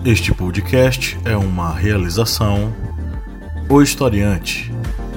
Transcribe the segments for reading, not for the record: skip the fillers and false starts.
Este podcast é uma realização O Historiante.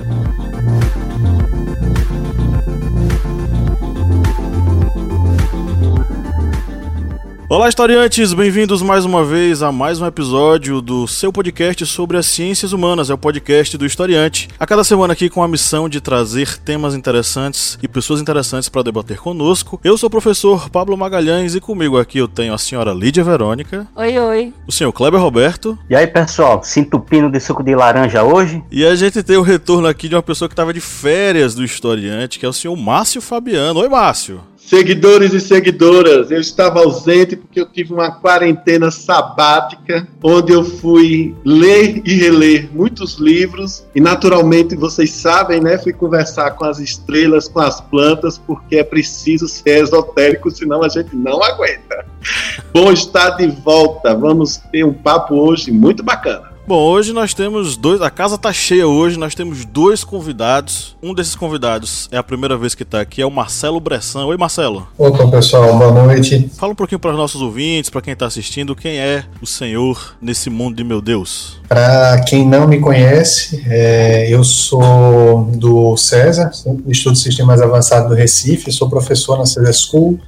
Olá, historiantes! Bem-vindos mais uma vez a mais um episódio do seu podcast sobre as ciências humanas, é o podcast do Historiante. A cada semana aqui com a missão de trazer temas interessantes e pessoas interessantes para debater conosco. Eu sou o professor Pablo Magalhães e comigo aqui eu tenho a senhora Lídia Verônica. Oi, oi. O senhor Kleber Roberto. E aí, pessoal, se entupindo de suco de laranja hoje? E a gente tem o retorno aqui de uma pessoa que estava de férias do Historiante, que é o senhor Márcio Fabiano. Oi, Márcio! Seguidores e seguidoras, eu estava ausente porque eu tive uma quarentena sabática, onde eu fui ler e reler muitos livros e naturalmente, vocês sabem, né, fui conversar com as estrelas, com as plantas, porque é preciso ser esotérico, senão a gente não aguenta. Bom estar de volta, vamos ter um papo hoje muito bacana. Bom, hoje nós temos a casa tá cheia hoje, nós temos dois convidados. Um desses convidados é a primeira vez que tá aqui, é o Marcelo Bressan. Oi, Marcelo. Opa, pessoal, boa noite. Fala um pouquinho para os nossos ouvintes, para quem tá assistindo, quem é o senhor nesse mundo de meu Deus? Para quem não me conhece, eu sou do César, Estudo de Sistemas Avançados do Recife, sou professor na César School,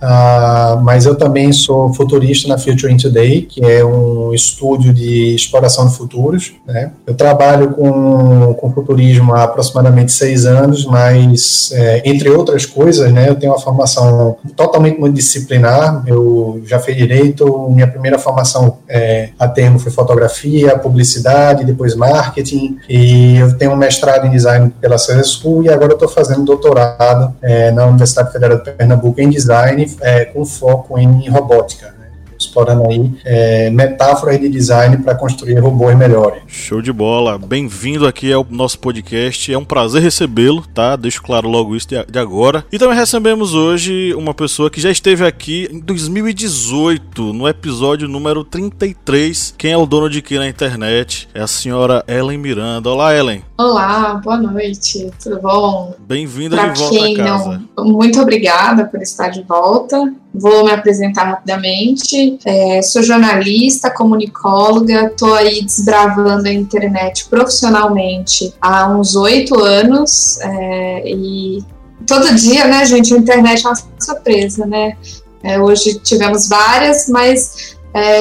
mas eu também sou futurista na Future in Today, que é um estúdio de exploração de futuros, né? Eu trabalho com futurismo há aproximadamente 6 anos, mas, entre outras coisas, né, eu tenho uma formação totalmente multidisciplinar. Eu já fiz direito, minha primeira formação a termo foi fotografia, publicidade, depois marketing, e eu tenho um mestrado em design pela César School e agora eu estou fazendo doutorado na Universidade Federal de Pernambuco em design, com foco em robótica, explorando aí metáforas de design para construir robôs melhores. Show de bola, bem-vindo aqui ao nosso podcast, é um prazer recebê-lo, tá? Deixo claro logo isso de agora. E também recebemos hoje uma pessoa que já esteve aqui em 2018, no episódio número 33. Quem é o dono de quê na internet? É a senhora Ellen Miranda. Olá, Ellen. Olá, boa noite, tudo bom? Bem-vinda de volta à casa. Muito obrigada por estar de volta. Vou me apresentar rapidamente. Sou jornalista, comunicóloga, estou aí desbravando a internet profissionalmente há uns 8 anos. E todo dia, né, gente, a internet é uma surpresa, né? Hoje tivemos várias, mas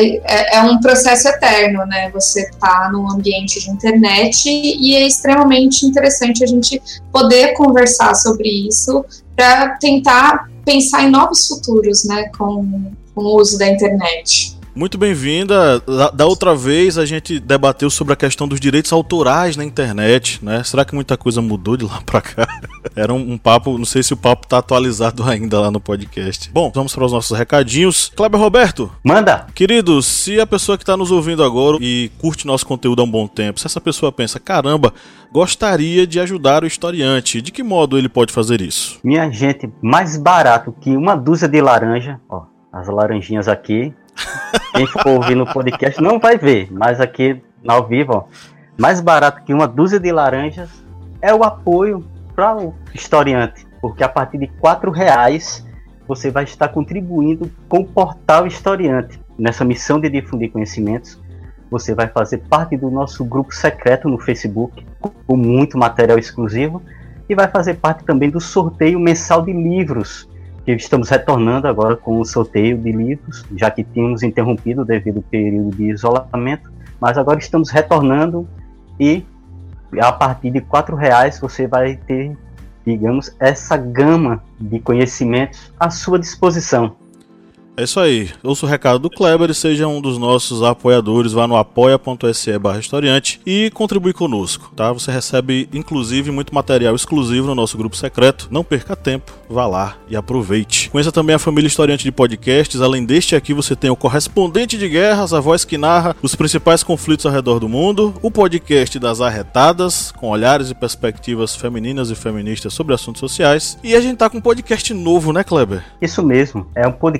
é um processo eterno, né? Você está num ambiente de internet e é extremamente interessante a gente poder conversar sobre isso para tentar pensar em novos futuros, né, com o uso da internet. Muito bem-vinda. Da outra vez a gente debateu sobre a questão dos direitos autorais na internet, né? Será que muita coisa mudou de lá pra cá? Era um papo, não sei se o papo tá atualizado ainda lá no podcast. Bom, vamos para os nossos recadinhos. Kleber Roberto. Manda! Queridos, se a pessoa que tá nos ouvindo agora e curte nosso conteúdo há um bom tempo, se essa pessoa pensa, caramba, gostaria de ajudar o historiante, de que modo ele pode fazer isso? Minha gente, mais barato que uma dúzia de laranja, ó, as laranjinhas aqui. Quem for ouvir no podcast não vai ver, mas aqui ao vivo, ó, mais barato que uma dúzia de laranjas é o apoio para o historiante, porque a partir de R$4 você vai estar contribuindo com o portal Historiante. Nessa missão de difundir conhecimentos, você vai fazer parte do nosso grupo secreto no Facebook, com muito material exclusivo, e vai fazer parte também do sorteio mensal de livros, que estamos retornando agora com o sorteio de livros, já que tínhamos interrompido devido ao período de isolamento, mas agora estamos retornando e a partir de R$4 você vai ter, digamos, essa gama de conhecimentos à sua disposição. É isso aí, ouça o recado do Kleber e seja um dos nossos apoiadores, vá no apoia.se/historiante e contribui conosco, tá? Você recebe inclusive muito material exclusivo no nosso grupo secreto, não perca tempo, vá lá e aproveite. Conheça também a família Historiante de podcasts, além deste aqui você tem o Correspondente de Guerras, a voz que narra os principais conflitos ao redor do mundo, o podcast das Arretadas, com olhares e perspectivas femininas e feministas sobre assuntos sociais, e a gente tá com um podcast novo, né, Kleber? Isso mesmo, é um podcast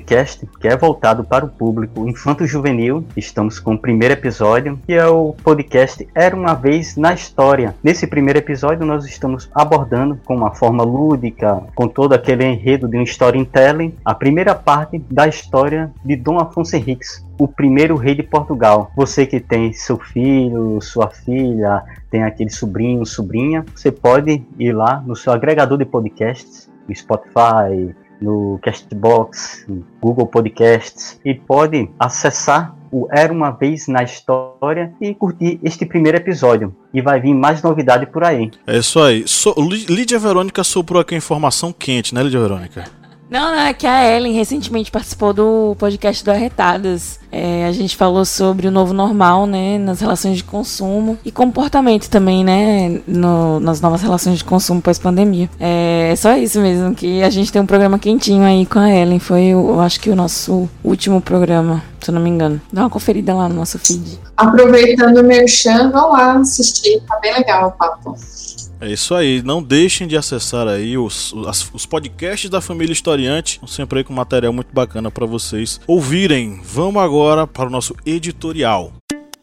que é voltado para o público infanto-juvenil. Estamos com o primeiro episódio, que é o podcast Era Uma Vez na História. Nesse primeiro episódio, nós estamos abordando com uma forma lúdica, com todo aquele enredo de um storytelling, a primeira parte da história de Dom Afonso Henriques, o primeiro rei de Portugal. Você que tem seu filho, sua filha, tem aquele sobrinho, sobrinha, você pode ir lá no seu agregador de podcasts, no Spotify, no Castbox, no Google Podcasts, e pode acessar o Era Uma Vez na História e curtir este primeiro episódio. E vai vir mais novidade por aí. É isso aí. Lídia Verônica soprou aqui a informação quente, né, Lídia Verônica? Não, é que a Ellen recentemente participou do podcast do Arretadas. A gente falou sobre o novo normal, né, nas relações de consumo e comportamento também, né, nas novas relações de consumo pós-pandemia. É só isso mesmo, que a gente tem um programa quentinho aí com a Ellen. Foi, eu acho que o nosso último programa, se eu não me engano. Dá uma conferida lá no nosso feed. Aproveitando o merchan, vão lá assistir, tá bem legal o papo. É isso aí, não deixem de acessar aí os podcasts da Família Historiante, sempre aí com material muito bacana para vocês ouvirem. Vamos agora para o nosso editorial.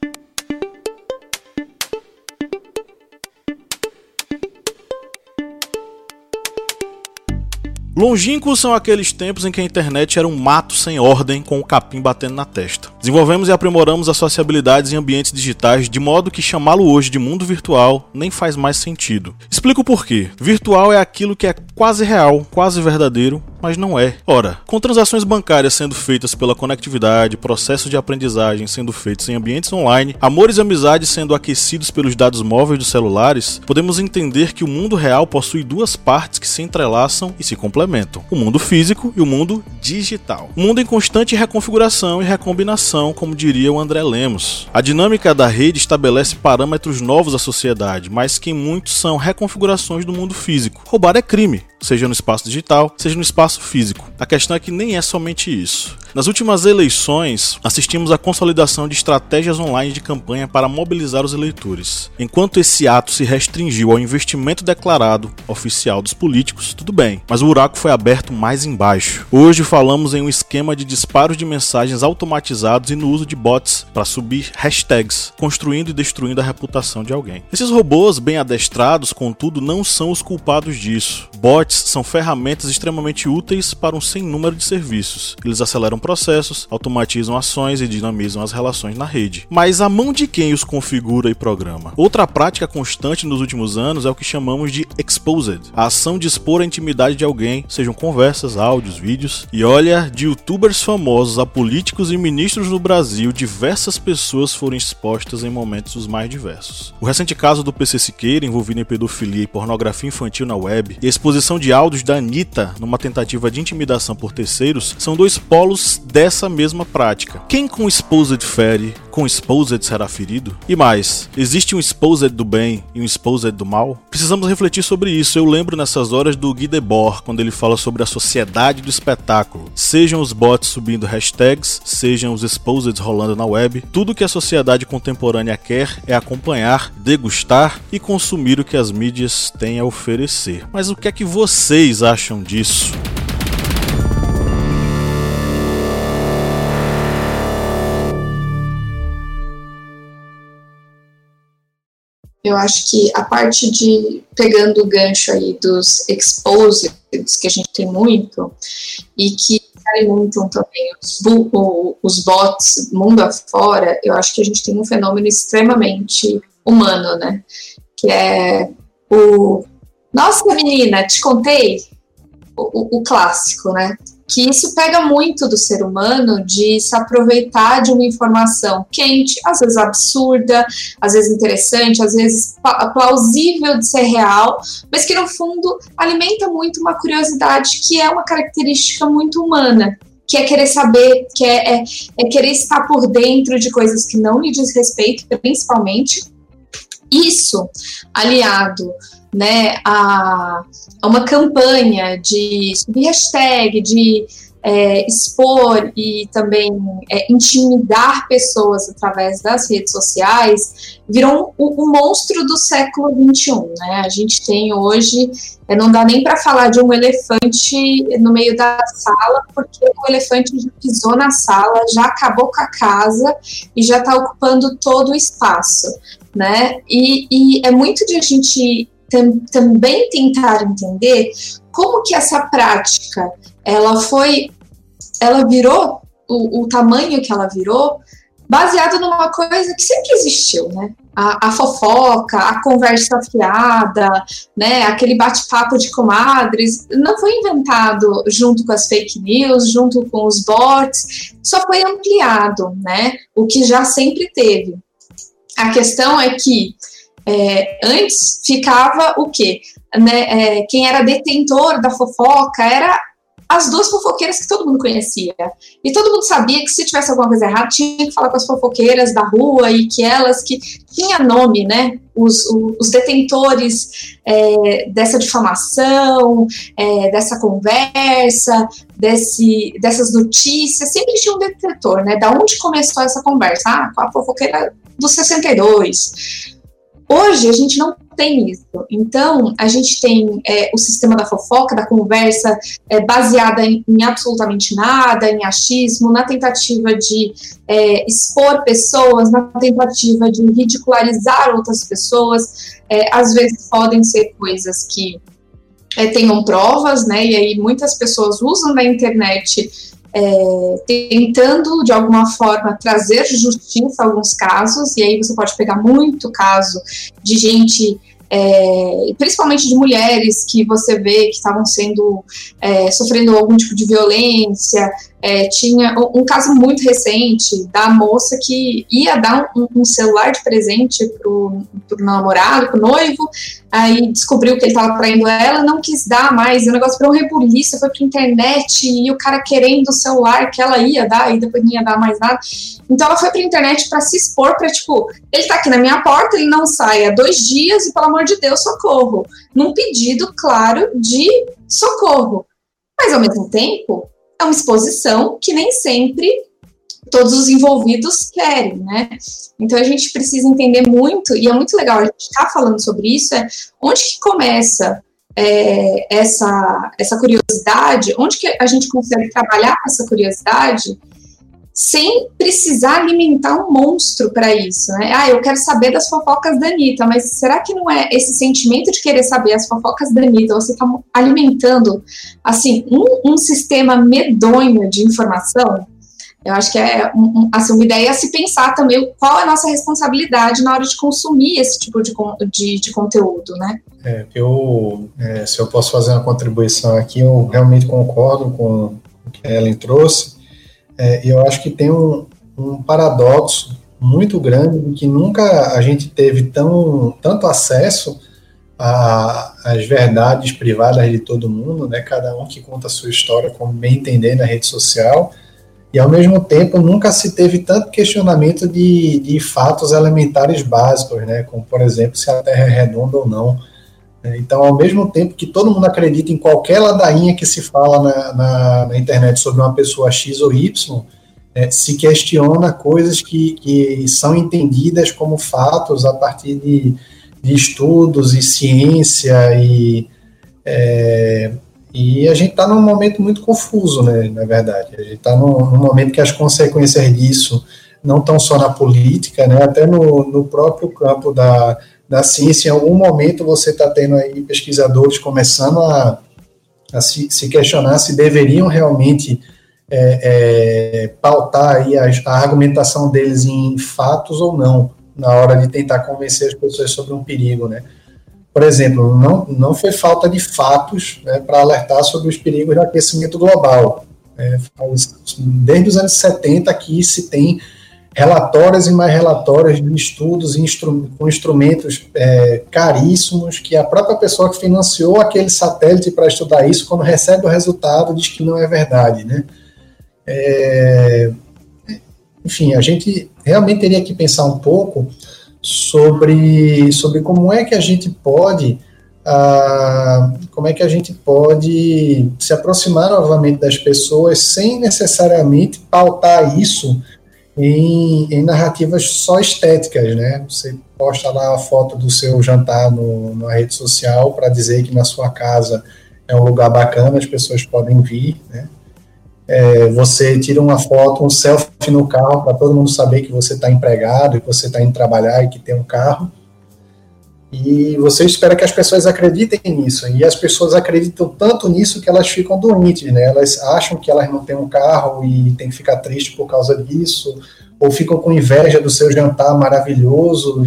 Longínquos são aqueles tempos em que a internet era um mato sem ordem com o capim batendo na testa. Desenvolvemos e aprimoramos as sociabilidades em ambientes digitais de modo que chamá-lo hoje de mundo virtual nem faz mais sentido. Explico por quê. Virtual é aquilo que é quase real, quase verdadeiro, mas não é. Ora, com transações bancárias sendo feitas pela conectividade, processos de aprendizagem sendo feitos em ambientes online, amores e amizades sendo aquecidos pelos dados móveis dos celulares, podemos entender que o mundo real possui duas partes que se entrelaçam e se complementam. O mundo físico e o mundo digital. Um mundo em constante reconfiguração e recombinação, como diria o André Lemos. A dinâmica da rede estabelece parâmetros novos à sociedade, mas que em muitos são reconfigurações do mundo físico. Roubar é crime, seja no espaço digital, seja no espaço físico. A questão é que nem é somente isso. Nas últimas eleições, assistimos à consolidação de estratégias online de campanha para mobilizar os eleitores. Enquanto esse ato se restringiu ao investimento declarado oficial dos políticos, tudo bem, mas o buraco foi aberto mais embaixo. Hoje falamos em um esquema de disparos de mensagens automatizados e no uso de bots para subir hashtags, construindo e destruindo a reputação de alguém. Esses robôs bem adestrados, contudo, não são os culpados disso. Bots são ferramentas extremamente úteis para um sem número de serviços. Eles aceleram processos, automatizam ações e dinamizam as relações na rede. Mas a mão de quem os configura e programa? Outra prática constante nos últimos anos é o que chamamos de exposed, a ação de expor a intimidade de alguém, sejam conversas, áudios, vídeos. E olha, de youtubers famosos a políticos e ministros no Brasil, diversas pessoas foram expostas em momentos os mais diversos. O recente caso do PC Siqueira, envolvido em pedofilia e pornografia infantil na web, e a exposição de áudios da Anitta numa tentativa de intimidação por terceiros, são dois polos dessa mesma prática. Quem com exposed fere, com exposed será ferido? E mais, existe um exposed do bem e um exposed do mal? Precisamos refletir sobre isso. Eu lembro nessas horas do Guy Debord, quando ele fala sobre a sociedade do espetáculo. Sejam os bots subindo hashtags, sejam os exposeds rolando na web, tudo que a sociedade contemporânea quer é acompanhar, degustar e consumir o que as mídias têm a oferecer. Mas o que é que vocês acham disso? Eu acho que a parte de, pegando o gancho aí dos exposed, que a gente tem muito, e que alimentam também os bots mundo afora, eu acho que a gente tem um fenômeno extremamente humano, né? Que é o nossa menina, te contei? O clássico, né? Que isso pega muito do ser humano de se aproveitar de uma informação quente, às vezes absurda, às vezes interessante, às vezes plausível de ser real, mas que no fundo alimenta muito uma curiosidade que é uma característica muito humana, que é querer saber, que é querer estar por dentro de coisas que não lhe diz respeito, principalmente. Isso, aliado, né, a uma campanha de subir hashtag, de expor e também intimidar pessoas através das redes sociais, virou um monstro do século XXI, né? A gente tem hoje, não dá nem para falar de um elefante no meio da sala, porque o elefante já pisou na sala, já acabou com a casa e já está ocupando todo o espaço, né? E é muito de a gente também tentar entender como que essa prática ela virou o tamanho que ela virou, baseado numa coisa que sempre existiu, né? A fofoca, a conversa fiada, né? Aquele bate-papo de comadres, não foi inventado junto com as fake news, junto com os bots, só foi ampliado, né? O que já sempre teve. A questão é que antes ficava o quê? Né? Quem era detentor da fofoca era as duas fofoqueiras que todo mundo conhecia. E todo mundo sabia que se tivesse alguma coisa errada, tinha que falar com as fofoqueiras da rua e que elas que tinha nome, né? Os detentores dessa difamação, dessa conversa, dessas notícias, sempre tinha um detetor, né? Da onde começou essa conversa? Com a fofoqueira dos 62. Hoje a gente não tem isso. Então, a gente tem o sistema da fofoca, da conversa baseada em absolutamente nada, em achismo, na tentativa de expor pessoas, na tentativa de ridicularizar outras pessoas. Às vezes podem ser coisas que tenham provas, né? E aí muitas pessoas usam da internet tentando de alguma forma trazer justiça a alguns casos, e aí você pode pegar muito caso de gente, principalmente de mulheres que você vê que estavam sofrendo algum tipo de violência. Tinha um caso muito recente da moça que ia dar um celular de presente pro namorado, pro noivo, aí descobriu que ele estava traindo ela, não quis dar mais, e o negócio virou um rebuliço, foi pra internet, e o cara querendo o celular que ela ia dar, e depois não ia dar mais nada. Então ela foi pra internet pra se expor, pra tipo, ele tá aqui na minha porta, ele não sai há 2 dias, e pelo amor de Deus, socorro. Num pedido claro de socorro. Mas ao mesmo tempo, é uma exposição que nem sempre todos os envolvidos querem, né? Então a gente precisa entender muito, e é muito legal a gente estar falando sobre isso, onde que começa essa curiosidade, onde que a gente consegue trabalhar essa curiosidade sem precisar alimentar um monstro para isso, né? Eu quero saber das fofocas da Anitta, mas será que não é esse sentimento de querer saber as fofocas da Anitta, você está alimentando, assim, um sistema medonho de informação? Eu acho que uma ideia a se pensar também qual é a nossa responsabilidade na hora de consumir esse tipo de conteúdo, né? Se eu posso fazer uma contribuição aqui, eu realmente concordo com o que a Ellen trouxe. Eu acho que tem um paradoxo muito grande de que nunca a gente teve tanto acesso às verdades privadas de todo mundo, né? Cada um que conta a sua história como bem entender na rede social, e ao mesmo tempo nunca se teve tanto questionamento de fatos elementares básicos, né? Como, por exemplo, se a Terra é redonda ou não. Então, ao mesmo tempo que todo mundo acredita em qualquer ladainha que se fala na internet sobre uma pessoa X ou Y, se questiona coisas que são entendidas como fatos a partir de estudos e ciência, e a gente está num momento muito confuso, né, na verdade. A gente está num momento que as consequências disso não estão só na política, né, até no próprio campo da ciência. Em algum momento você está tendo aí pesquisadores começando a se questionar se deveriam realmente pautar aí a argumentação deles em fatos ou não, na hora de tentar convencer as pessoas sobre um perigo, né? Por exemplo, não foi falta de fatos, né, para alertar sobre os perigos do aquecimento global. Desde os anos 70 aqui se tem relatórios e mais relatórios de estudos com instrumentos caríssimos, que a própria pessoa que financiou aquele satélite para estudar isso, quando recebe o resultado, diz que não é verdade, né? Enfim, a gente realmente teria que pensar um pouco sobre como é que a gente pode como é que a gente pode se aproximar novamente das pessoas sem necessariamente pautar isso em narrativas só estéticas, né? Você posta lá a foto do seu jantar na rede social para dizer que na sua casa é um lugar bacana, as pessoas podem vir, né? Você tira uma foto, um selfie no carro para todo mundo saber que você está empregado, que você está indo trabalhar e que tem um carro. E você espera que as pessoas acreditem nisso. E as pessoas acreditam tanto nisso que elas ficam doentes, né? Elas acham que elas não têm um carro e tem que ficar triste por causa disso, ou ficam com inveja do seu jantar maravilhoso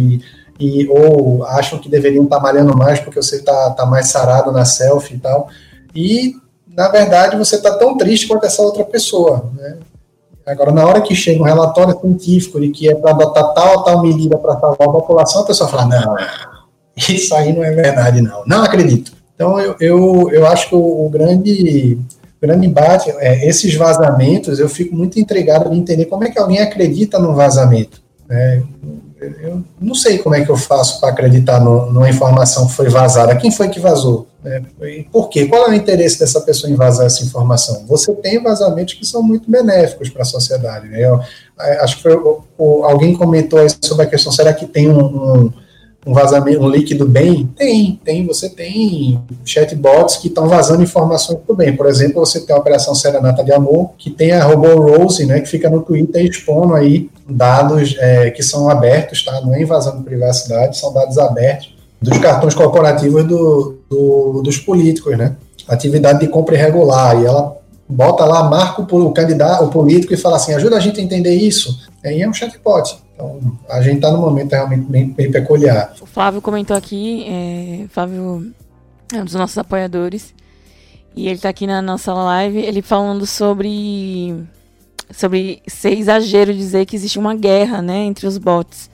ou acham que deveriam estar malhando mais porque você está mais sarado na selfie e tal. E, na verdade, você está tão triste quanto essa outra pessoa, né? Agora, na hora que chega um relatório científico de que é para adotar tal medida para salvar a população, a pessoa fala, não, isso aí não é verdade, não acredito. Então, eu acho que o grande embate, esses vazamentos, eu fico muito intrigado de entender como é que alguém acredita num vazamento. Eu não sei como é que eu faço para acreditar numa informação que foi vazada. Quem foi que vazou? E por quê? Qual é o interesse dessa pessoa em vazar essa informação? Você tem vazamentos que são muito benéficos para a sociedade, né? Acho que alguém comentou aí sobre a questão, será que tem um vazamento, um leak do bem? Tem. Você tem chatbots que estão vazando informações do bem. Por exemplo, você tem a Operação Serenata de Amor, que tem a Robô Rose, né, que fica no Twitter expondo aí dados que são abertos, tá? Não é invasão de privacidade, são dados abertos dos cartões corporativos dos políticos, né? Atividade de compra irregular, e ela bota lá, marca o candidato, o político, e fala assim, ajuda a gente a entender isso. E é um chatbot. Então, a gente está num momento realmente bem peculiar. O Flávio comentou aqui, Flávio é um dos nossos apoiadores, e ele está aqui na nossa live, ele falando sobre ser exagero dizer que existe uma guerra, né, entre os bots.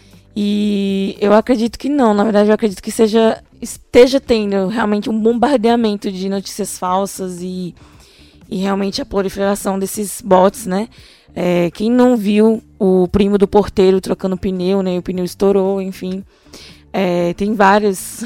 E eu acredito que não, na verdade eu acredito que esteja tendo realmente um bombardeamento de notícias falsas e realmente a proliferação desses bots, né? Quem não viu o primo do porteiro trocando pneu, né? O pneu estourou, enfim. Tem várias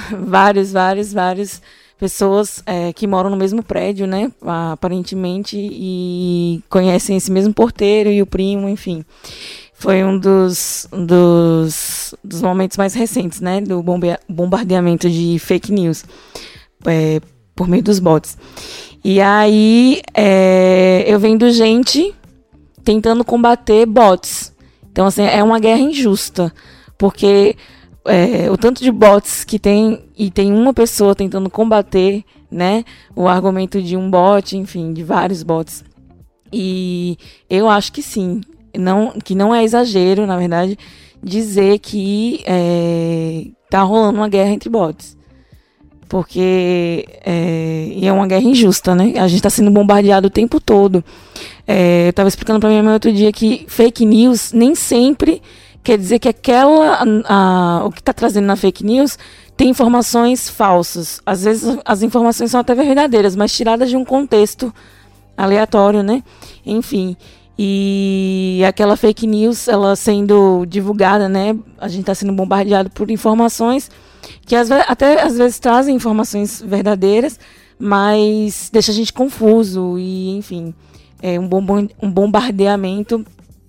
pessoas que moram no mesmo prédio, né? Aparentemente, e conhecem esse mesmo porteiro e o primo, enfim. Foi um dos momentos mais recentes, né? Do bombardeamento de fake news por meio dos bots. E aí, eu vendo gente tentando combater bots. Então, assim, é uma guerra injusta, porque o tanto de bots que tem, e tem uma pessoa tentando combater, né, o argumento de um bot, enfim, de vários bots. E eu acho que sim, que não é exagero, na verdade, dizer que tá rolando uma guerra entre bots. Porque é uma guerra injusta, né? A gente está sendo bombardeado o tempo todo. Eu estava explicando para minha mãe outro dia que fake news nem sempre quer dizer que o que está trazendo na fake news tem informações falsas. Às vezes as informações são até verdadeiras, mas tiradas de um contexto aleatório, né? Enfim, e aquela fake news, ela sendo divulgada, né? A gente está sendo bombardeado por informações que até às vezes trazem informações verdadeiras, mas deixa a gente confuso e, enfim, é um bombardeamento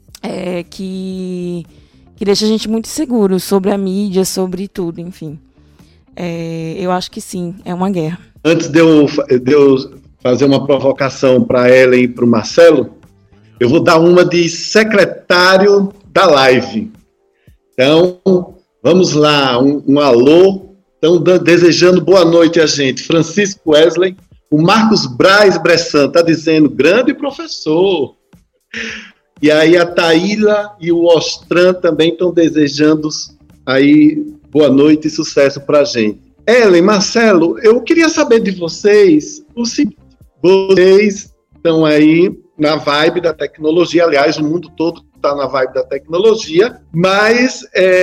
que deixa a gente muito inseguro sobre a mídia, sobre tudo, enfim. Eu acho que sim, é uma guerra. Antes de eu fazer uma provocação para a Ellen e para o Marcelo, eu vou dar uma de secretário da live. Então, vamos lá, um alô. Estão desejando boa noite a gente. Francisco Wesley, o Marcos Braz Bressan está dizendo, grande professor. E aí a Taíla e o Ostran também estão desejando aí boa noite e sucesso para a gente. Ellen, Marcelo, eu queria saber de vocês o seguinte, vocês estão aí na vibe da tecnologia, aliás, o mundo todo está na vibe da tecnologia, mas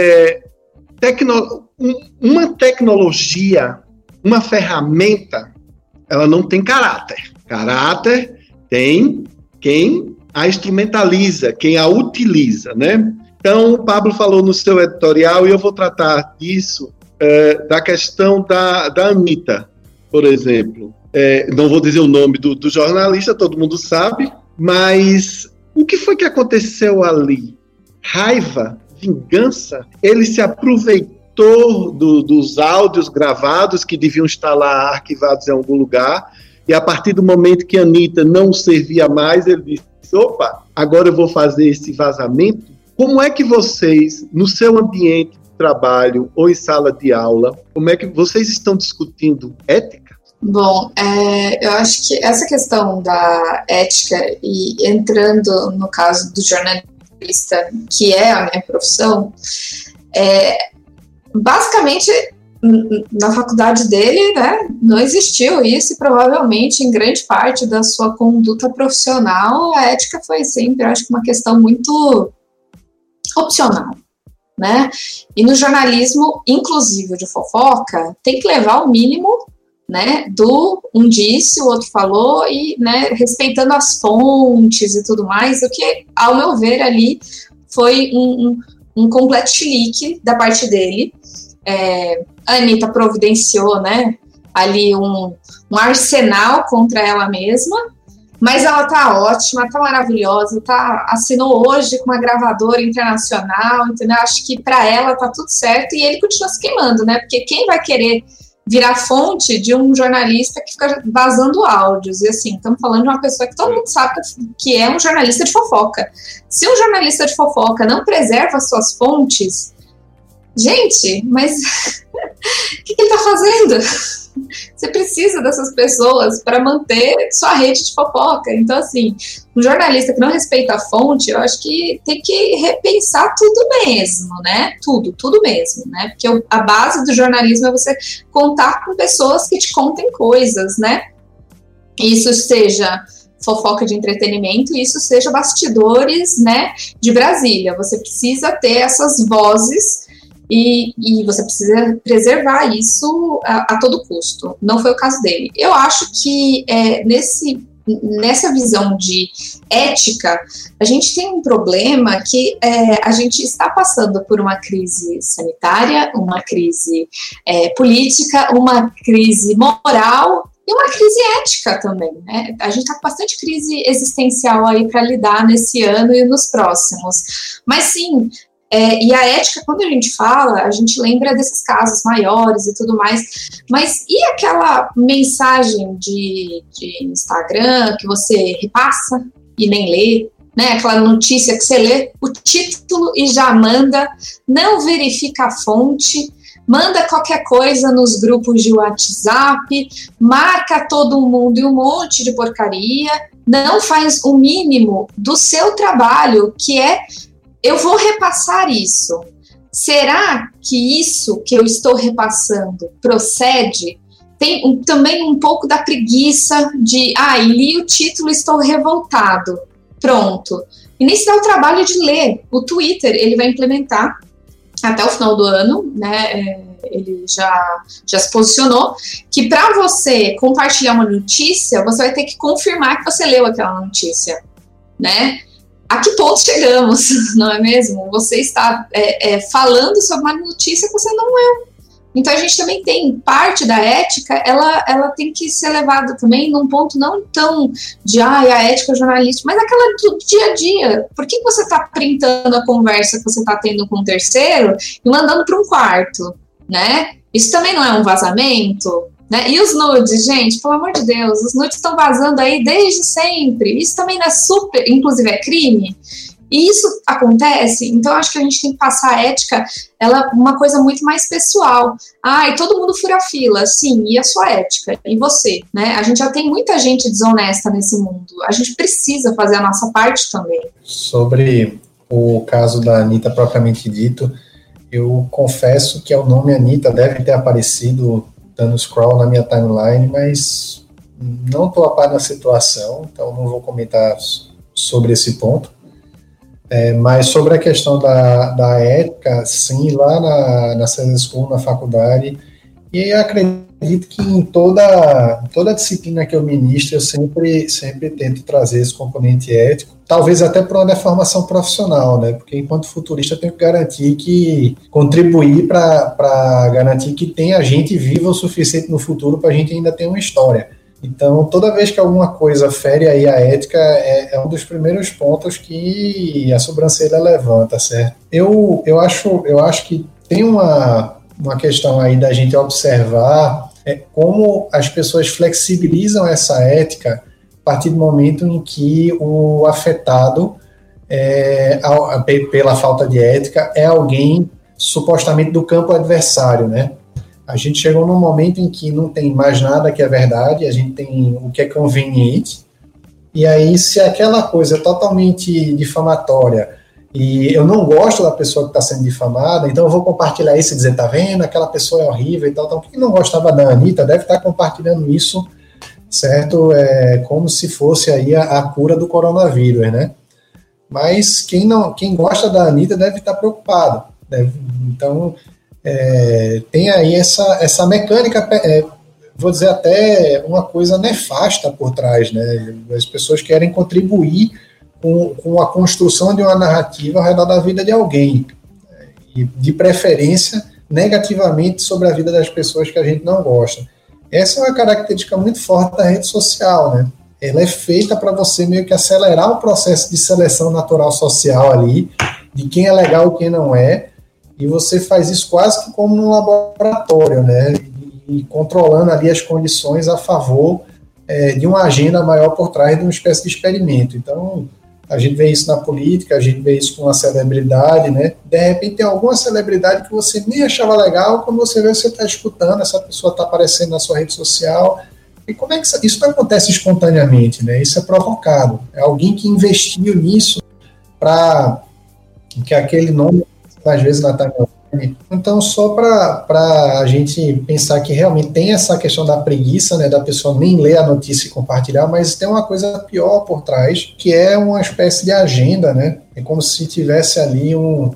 uma tecnologia, uma ferramenta, ela não tem caráter. Caráter tem quem a instrumentaliza, quem a utiliza, né? Então, o Pablo falou no seu editorial, e eu vou tratar disso da questão da Anitta, por exemplo. Não vou dizer o nome do jornalista, todo mundo sabe, mas o que foi que aconteceu ali? Raiva? Vingança? Ele se aproveitou dos áudios gravados que deviam estar lá arquivados em algum lugar, e a partir do momento que a Anitta não servia mais, ele disse, opa, agora eu vou fazer esse vazamento. Como é que vocês, no seu ambiente de trabalho ou em sala de aula, como é que vocês estão discutindo ética? Bom, eu acho que essa questão da ética, e entrando no caso do jornalista, que é a minha profissão, basicamente, na faculdade dele, né, não existiu isso, e provavelmente em grande parte da sua conduta profissional, a ética foi sempre, eu acho que uma questão muito opcional, né? E no jornalismo, inclusive de fofoca, tem que levar o mínimo, né, do um disse, o outro falou, e, né, respeitando as fontes e tudo mais, o que, ao meu ver, ali foi um completo chilique da parte dele. A Anitta providenciou, né, ali um arsenal contra ela mesma, mas ela tá ótima, tá maravilhosa, assinou hoje com uma gravadora internacional, entendeu? Acho que para ela tá tudo certo, e ele continua se queimando, né, porque quem vai querer virar fonte de um jornalista que fica vazando áudios? E assim, estamos falando de uma pessoa que todo mundo sabe que é um jornalista de fofoca. Se um jornalista de fofoca não preserva suas fontes, gente, mas o que ele está fazendo? Você precisa dessas pessoas para manter sua rede de fofoca. Então, assim, um jornalista que não respeita a fonte, eu acho que tem que repensar tudo mesmo, né? Tudo mesmo, né? Porque a base do jornalismo é você contar com pessoas que te contem coisas, né? Isso seja fofoca de entretenimento, isso seja bastidores, né, de Brasília. Você precisa ter essas vozes e você precisa preservar isso a todo custo. Não foi o caso dele. Eu acho que nessa visão de ética, a gente tem um problema que a gente está passando por uma crise sanitária, uma crise política, uma crise moral e uma crise ética também, né? A gente está com bastante crise existencial aí para lidar nesse ano e nos próximos. Mas sim, e a ética, quando a gente fala, a gente lembra desses casos maiores e tudo mais, mas e aquela mensagem de Instagram que você repassa e nem lê, né? Aquela notícia que você lê o título e já manda, não verifica a fonte, manda qualquer coisa nos grupos de WhatsApp, marca todo mundo e um monte de porcaria, não faz o mínimo do seu trabalho, que é: eu vou repassar isso. Será que isso que eu estou repassando procede? Tem também um pouco da preguiça de, li o título, estou revoltado. Pronto. E nem se dá o trabalho de ler. O Twitter, ele vai implementar até o final do ano, né? Ele já se posicionou, que para você compartilhar uma notícia, você vai ter que confirmar que você leu aquela notícia, né? A que ponto chegamos, não é mesmo? Você está falando sobre uma notícia que você não leu. Então a gente também tem parte da ética, ela tem que ser levada também num ponto não tão de a ética jornalística, mas aquela do dia a dia. Por que você está printando a conversa que você está tendo com um terceiro e mandando para um quarto, né? Isso também não é um vazamento? Né? E os nudes, gente, pelo amor de Deus, os nudes estão vazando aí desde sempre. Isso também não é super, inclusive é crime. E isso acontece, então acho que a gente tem que passar a ética, ela uma coisa muito mais pessoal. E todo mundo fura fila, sim, e a sua ética? E você? Né? A gente já tem muita gente desonesta nesse mundo, a gente precisa fazer a nossa parte também. Sobre o caso da Anitta propriamente dito, eu confesso que o nome Anitta deve ter aparecido dando scroll na minha timeline, mas não estou a par na situação, então não vou comentar sobre esse ponto. Mas sobre a questão da ética, sim, lá na César School, na faculdade, e acredito acredito que em toda disciplina que eu ministro, eu sempre tento trazer esse componente ético, talvez até para uma deformação profissional, né? Porque enquanto futurista eu tenho que contribuir para garantir que tenha gente viva o suficiente no futuro para a gente ainda ter uma história. Então, toda vez que alguma coisa fere aí a ética, é um dos primeiros pontos que a sobrancelha levanta, certo? Eu acho que tem uma questão aí da gente observar como as pessoas flexibilizam essa ética a partir do momento em que o afetado, pela falta de ética, é alguém supostamente do campo adversário, né? A gente chegou num momento em que não tem mais nada que é verdade, a gente tem o que é conveniente, e aí se aquela coisa é totalmente difamatória, e eu não gosto da pessoa que está sendo difamada, então eu vou compartilhar isso e dizer, tá vendo, aquela pessoa é horrível e tal. Então, quem não gostava da Anitta deve estar compartilhando isso, certo? Como se fosse aí a cura do coronavírus, né? Mas quem gosta da Anitta deve estar preocupado. Então, tem aí essa mecânica, vou dizer até uma coisa nefasta por trás, né? As pessoas querem contribuir com a construção de uma narrativa ao redor da vida de alguém, e de preferência negativamente sobre a vida das pessoas que a gente não gosta. Essa é uma característica muito forte da rede social, né? Ela é feita para você meio que acelerar o processo de seleção natural social ali, de quem é legal e quem não é, e você faz isso quase que como num laboratório, né? E controlando ali as condições a favor de uma agenda maior por trás de uma espécie de experimento. Então, a gente vê isso na política, a gente vê isso com uma celebridade, né? De repente tem alguma celebridade que você nem achava legal, quando você vê, você está escutando, essa pessoa está aparecendo na sua rede social. E como é que isso não acontece espontaneamente, né? Isso é provocado. É alguém que investiu nisso para que aquele nome, às vezes, na timeline. Então, só para a gente pensar que realmente tem essa questão da preguiça, né, da pessoa nem ler a notícia e compartilhar, mas tem uma coisa pior por trás, que é uma espécie de agenda, né? É como se tivesse ali um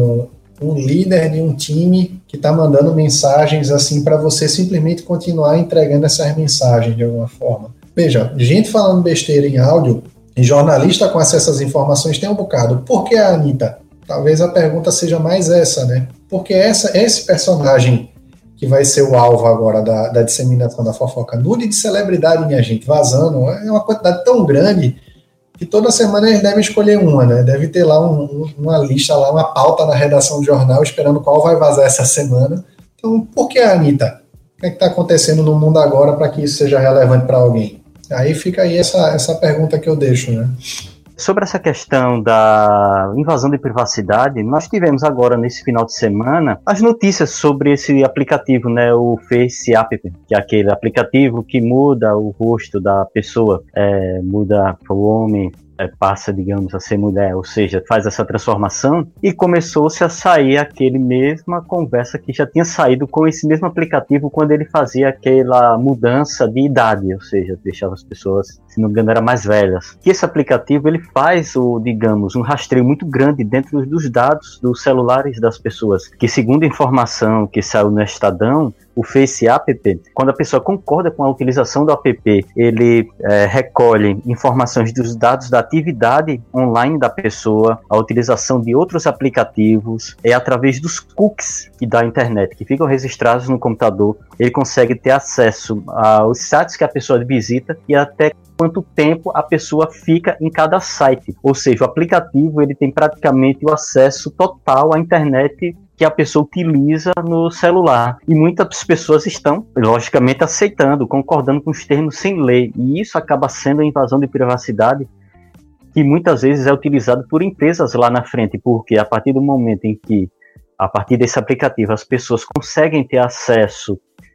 líder de um time que está mandando mensagens assim para você simplesmente continuar entregando essas mensagens de alguma forma. Veja, gente falando besteira em áudio, e jornalista com acesso às informações tem um bocado. Por que a Anitta? Talvez a pergunta seja mais essa, né? Porque esse personagem que vai ser o alvo agora da disseminação da fofoca, nude de celebridade, minha gente, vazando, é uma quantidade tão grande que toda semana eles devem escolher uma, né? Deve ter lá uma lista, lá, uma pauta na redação do jornal esperando qual vai vazar essa semana. Então, por que a Anitta? O que é que está acontecendo no mundo agora para que isso seja relevante para alguém? Aí fica aí essa pergunta que eu deixo, né? Sobre essa questão da invasão de privacidade, nós tivemos agora, nesse final de semana, as notícias sobre esse aplicativo, né, o FaceApp, que é aquele aplicativo que muda o rosto da pessoa, muda para o homem, passa, digamos, a ser mulher, ou seja, faz essa transformação, e começou-se a sair aquele mesma conversa que já tinha saído com esse mesmo aplicativo quando ele fazia aquela mudança de idade, ou seja, deixava as pessoas, se não me engano, eram mais velhas. Que esse aplicativo, ele faz, digamos, um rastreio muito grande dentro dos dados dos celulares das pessoas, que segundo a informação que saiu no Estadão, o FaceApp, quando a pessoa concorda com a utilização do app, ele recolhe informações dos dados da atividade online da pessoa, a utilização de outros aplicativos, através dos cookies da internet, que ficam registrados no computador, ele consegue ter acesso aos sites que a pessoa visita e até quanto tempo a pessoa fica em cada site. Ou seja, o aplicativo ele tem praticamente o acesso total à internet que a pessoa utiliza no celular. E muitas pessoas estão, logicamente, aceitando, concordando com os termos sem ler. E isso acaba sendo a invasão de privacidade que muitas vezes é utilizado por empresas lá na frente, porque a partir do momento em que, a partir desse aplicativo, as pessoas conseguem ter acesso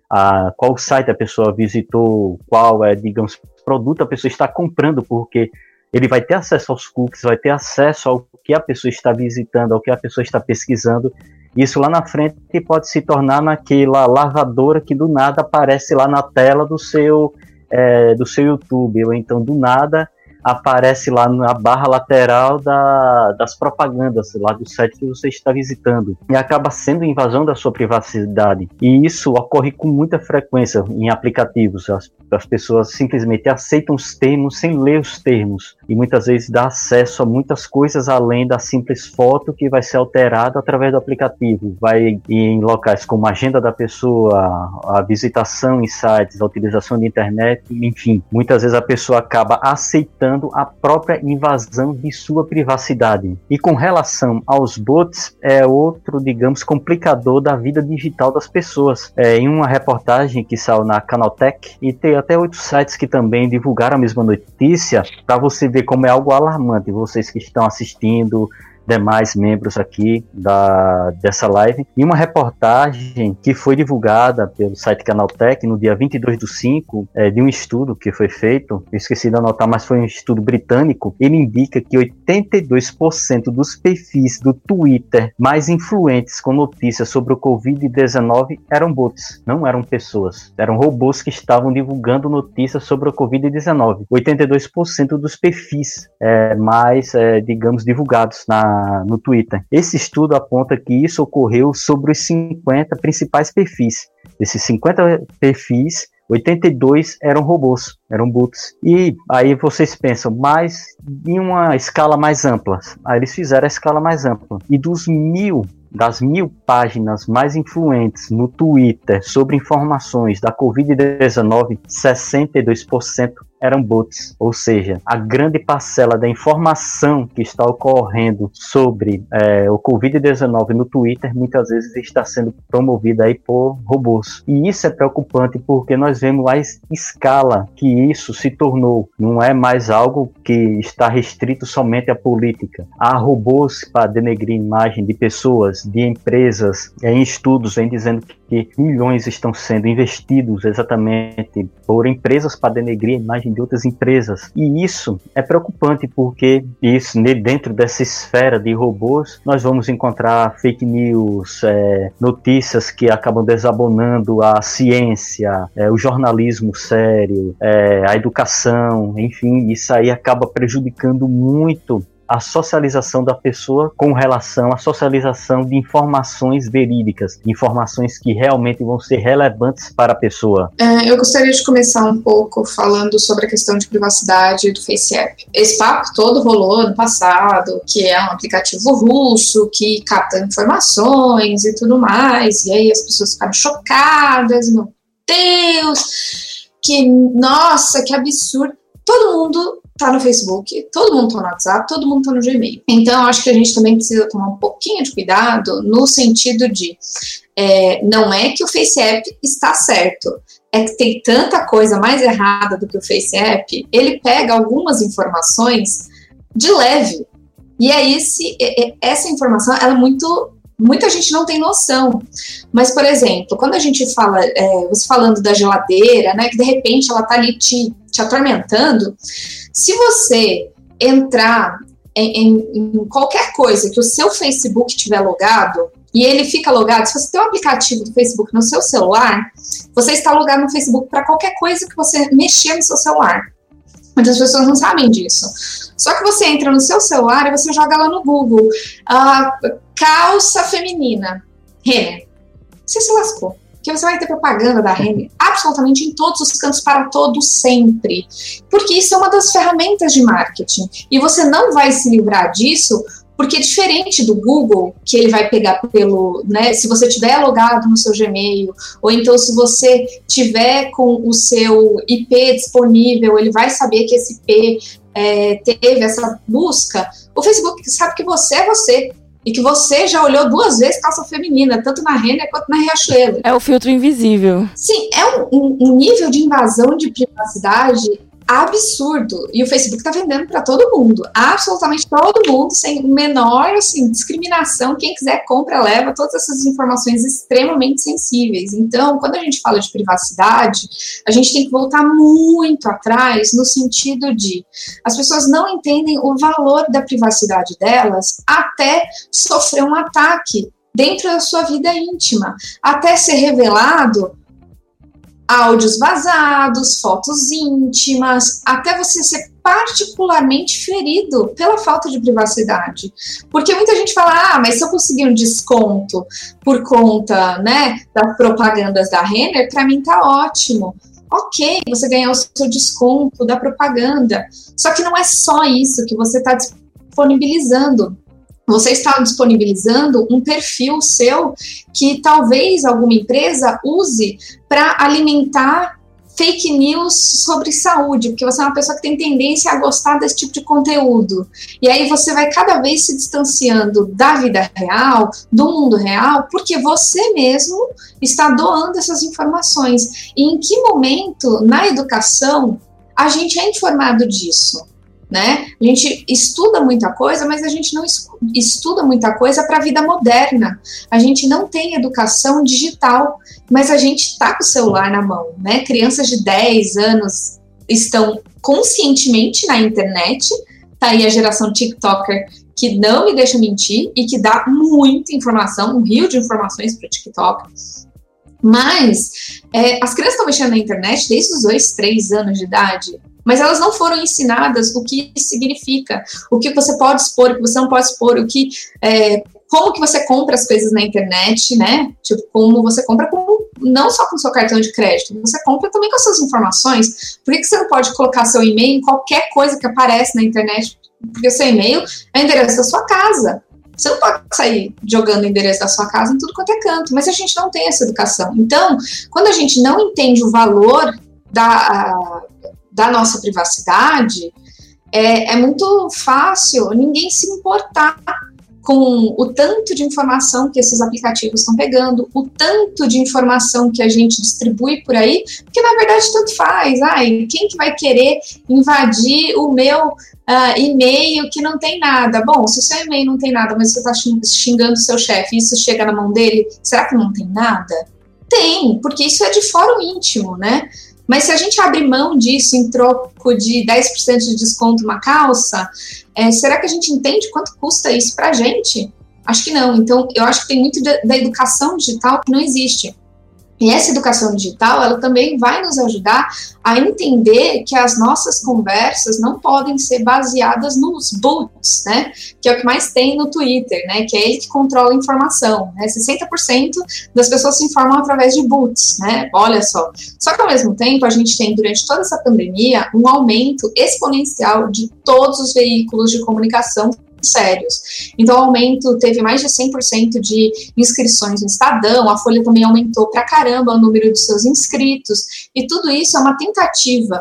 a qual site a pessoa visitou, qual digamos, produto a pessoa está comprando, porque ele vai ter acesso aos cookies, vai ter acesso ao que a pessoa está visitando, ao que a pessoa está pesquisando. Isso lá na frente pode se tornar naquela lavadora que do nada aparece lá na tela do seu YouTube, ou então do nada aparece lá na barra lateral das propagandas lá do site que você está visitando, e acaba sendo invasão da sua privacidade. E isso ocorre com muita frequência em aplicativos. As pessoas simplesmente aceitam os termos sem ler os termos, e muitas vezes dá acesso a muitas coisas além da simples foto que vai ser alterada através do aplicativo. Vai em locais como a agenda da pessoa, a visitação em sites, a utilização de internet, enfim. Muitas vezes a pessoa acaba aceitando a própria invasão de sua privacidade. E com relação aos bots, é outro, digamos, complicador da vida digital das pessoas. Em uma reportagem que saiu na Canaltech, e tem até 8 sites que também divulgaram a mesma notícia, para você ver como é algo alarmante, vocês que estão assistindo, demais membros aqui dessa live, e uma reportagem que foi divulgada pelo site Canaltech no dia 22/5, de um estudo que foi feito, eu esqueci de anotar, mas foi um estudo britânico. Ele indica que 82% dos perfis do Twitter mais influentes com notícias sobre o Covid-19 eram bots, não eram pessoas, eram robôs que estavam divulgando notícias sobre o Covid-19. 82% dos perfis mais, digamos, divulgados no Twitter. Esse estudo aponta que isso ocorreu sobre os 50 principais perfis. Desses 50 perfis, 82 eram robôs, eram bots. E aí vocês pensam, mas em uma escala mais ampla. Aí eles fizeram a escala mais ampla. E das 1000 páginas mais influentes no Twitter sobre informações da Covid-19, 62% eram bots, ou seja, a grande parcela da informação que está ocorrendo sobre o Covid-19 no Twitter muitas vezes está sendo promovida aí por robôs. E isso é preocupante porque nós vemos a escala que isso se tornou. Não é mais algo que está restrito somente à política. Há robôs para denegrir a imagem de pessoas, de empresas. Em estudos vem dizendo que milhões estão sendo investidos exatamente por empresas para denegrir a imagem de outras empresas. E isso é preocupante porque dentro dessa esfera de robôs nós vamos encontrar fake news, notícias que acabam desabonando a ciência, o jornalismo sério, a educação, enfim, isso aí acaba prejudicando muito a socialização da pessoa com relação à socialização de informações verídicas, informações que realmente vão ser relevantes para a pessoa. Eu gostaria de começar um pouco falando sobre a questão de privacidade do FaceApp. Esse papo todo rolou ano passado, que é um aplicativo russo que capta informações e tudo mais, e aí as pessoas ficaram chocadas, meu Deus, nossa, que absurdo. Todo mundo tá no Facebook, todo mundo tá no WhatsApp, todo mundo tá no Gmail. Então, eu acho que a gente também precisa tomar um pouquinho de cuidado no sentido de não é que o FaceApp está certo, é que tem tanta coisa mais errada do que o FaceApp, ele pega algumas informações de leve. E aí, essa informação, ela é muita gente não tem noção. Mas, por exemplo, quando a gente fala, você falando da geladeira, né, que de repente ela tá ali te atormentando, se você entrar em qualquer coisa que o seu Facebook tiver logado, e ele fica logado, se você tem um aplicativo do Facebook no seu celular, você está logado no Facebook para qualquer coisa que você mexer no seu celular. Muitas pessoas não sabem disso. Só que você entra no seu celular e você joga lá no Google, calça feminina, Renner. Você se lascou. Porque você vai ter propaganda da Renner absolutamente em todos os cantos, para todo sempre. Porque isso é uma das ferramentas de marketing. E você não vai se livrar disso, porque diferente do Google, que ele vai pegar se você tiver logado no seu Gmail, ou então se você tiver com o seu IP disponível, ele vai saber que esse IP teve essa busca. O Facebook sabe que você é você. E que você já olhou 2 vezes calça feminina, tanto na Renner quanto na Riachuelo. É o filtro invisível. Sim, é um nível de invasão de privacidade absurdo. E o Facebook tá vendendo para todo mundo. Absolutamente todo mundo, sem menor discriminação. Quem quiser compra, leva todas essas informações extremamente sensíveis. Então, quando a gente fala de privacidade, a gente tem que voltar muito atrás no sentido de as pessoas não entendem o valor da privacidade delas até sofrer um ataque dentro da sua vida íntima, até ser revelado áudios vazados, fotos íntimas, até você ser particularmente ferido pela falta de privacidade. Porque muita gente fala, mas se eu conseguir um desconto por conta, né, das propagandas da Renner, para mim tá ótimo. Ok, você ganhou o seu desconto da propaganda. Só que não é só isso que você está disponibilizando. Você está disponibilizando um perfil seu que talvez alguma empresa use para alimentar fake news sobre saúde, porque você é uma pessoa que tem tendência a gostar desse tipo de conteúdo. E aí você vai cada vez se distanciando da vida real, do mundo real, porque você mesmo está doando essas informações. E em que momento, na educação, a gente é informado disso? Né? A gente estuda muita coisa, mas a gente não estuda muita coisa para a vida moderna. A gente não tem educação digital, mas a gente está com o celular na mão, né? Crianças de 10 anos estão conscientemente na internet. Tá aí a geração TikToker que não me deixa mentir e que dá muita informação, um rio de informações para o TikTok. Mas as crianças estão mexendo na internet desde os 2, 3 anos de idade. Mas elas não foram ensinadas o que isso significa, o que você pode expor, o que você não pode expor, como que você compra as coisas na internet, né? Tipo, como você compra não só com o seu cartão de crédito, você compra também com as suas informações. Por que você não pode colocar seu e-mail em qualquer coisa que aparece na internet? Porque o seu e-mail é o endereço da sua casa. Você não pode sair jogando o endereço da sua casa em tudo quanto é canto, mas a gente não tem essa educação. Então, quando a gente não entende o valor da nossa privacidade, é muito fácil ninguém se importar com o tanto de informação que esses aplicativos estão pegando, o tanto de informação que a gente distribui por aí, porque na verdade tanto faz. Quem que vai querer invadir o meu e-mail que não tem nada? Bom, se o seu e-mail não tem nada, mas você está xingando o seu chefe e isso chega na mão dele, será que não tem nada? Tem, porque isso é de fórum íntimo, né? Mas se a gente abrir mão disso em troco de 10% de desconto numa calça, será que a gente entende quanto custa isso pra gente? Acho que não. Então, eu acho que tem muito da educação digital que não existe. E essa educação digital, ela também vai nos ajudar a entender que as nossas conversas não podem ser baseadas nos bots, né? Que é o que mais tem no Twitter, né? Que é ele que controla a informação, né? 60% das pessoas se informam através de bots, né? Olha só. Só que ao mesmo tempo, a gente tem, durante toda essa pandemia, um aumento exponencial de todos os veículos de comunicação sérios. Então, o aumento teve mais de 100% de inscrições no Estadão, a Folha também aumentou pra caramba o número de seus inscritos, e tudo isso é uma tentativa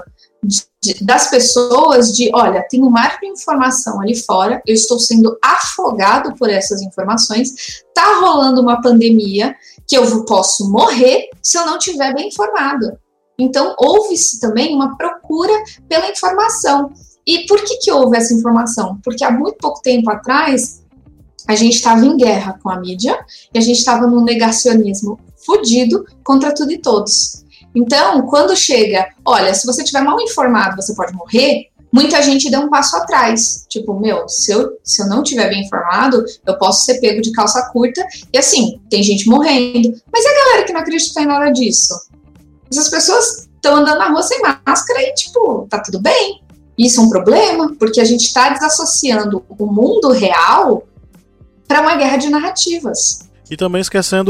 das pessoas de, olha, tem um mar de informação ali fora, eu estou sendo afogado por essas informações, tá rolando uma pandemia que eu posso morrer se eu não estiver bem informado. Então, houve-se também uma procura pela informação. E por que houve essa informação? Porque há muito pouco tempo atrás, a gente estava em guerra com a mídia e a gente estava num negacionismo fudido contra tudo e todos. Então, quando chega, olha, se você estiver mal informado, você pode morrer, muita gente deu um passo atrás. Tipo, se eu não estiver bem informado, eu posso ser pego de calça curta. E assim, tem gente morrendo. Mas e a galera que não acredita em nada disso? Essas pessoas estão andando na rua sem máscara e, tipo, tá tudo bem. Isso é um problema, porque a gente está desassociando o mundo real para uma guerra de narrativas. E também esquecendo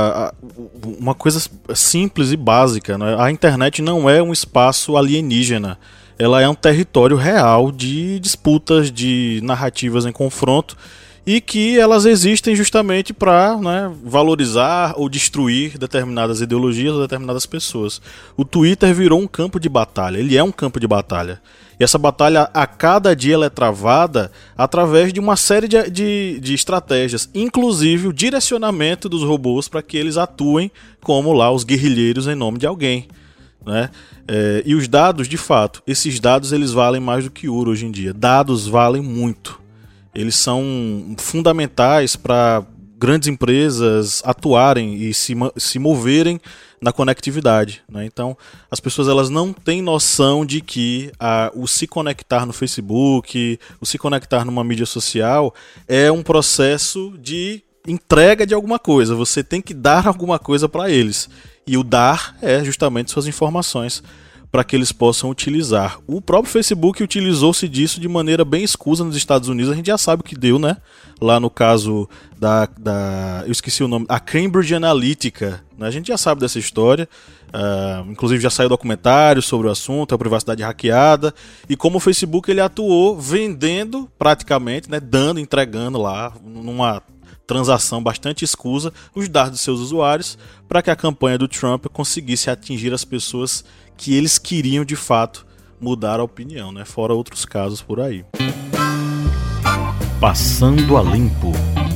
uma coisa simples e básica, né? A internet não é um espaço alienígena. Ela é um território real de disputas, de narrativas em confronto, e que elas existem justamente para, né, valorizar ou destruir determinadas ideologias ou determinadas pessoas. O Twitter virou um campo de batalha, ele é um campo de batalha. E essa batalha, a cada dia, ela é travada através de uma série de estratégias, inclusive o direcionamento dos robôs para que eles atuem como lá os guerrilheiros em nome de alguém, né? E os dados, de fato, esses dados eles valem mais do que ouro hoje em dia. Dados valem muito. Eles são fundamentais para grandes empresas atuarem e se moverem na conectividade, né? Então, as pessoas elas não têm noção de que o se conectar no Facebook, o se conectar numa mídia social é um processo de entrega de alguma coisa. Você tem que dar alguma coisa para eles. E o dar é justamente suas informações para que eles possam utilizar. O próprio Facebook utilizou-se disso de maneira bem escusa nos Estados Unidos. A gente já sabe o que deu, né? Lá no caso eu esqueci o nome, a Cambridge Analytica, né? A gente já sabe dessa história. Inclusive já saiu documentário sobre o assunto, a privacidade hackeada, e como o Facebook ele atuou vendendo praticamente, né? Entregando lá numa transação bastante escusa os dados de seus usuários para que a campanha do Trump conseguisse atingir as pessoas que eles queriam de fato mudar a opinião, né? Fora outros casos por aí. Passando a limpo.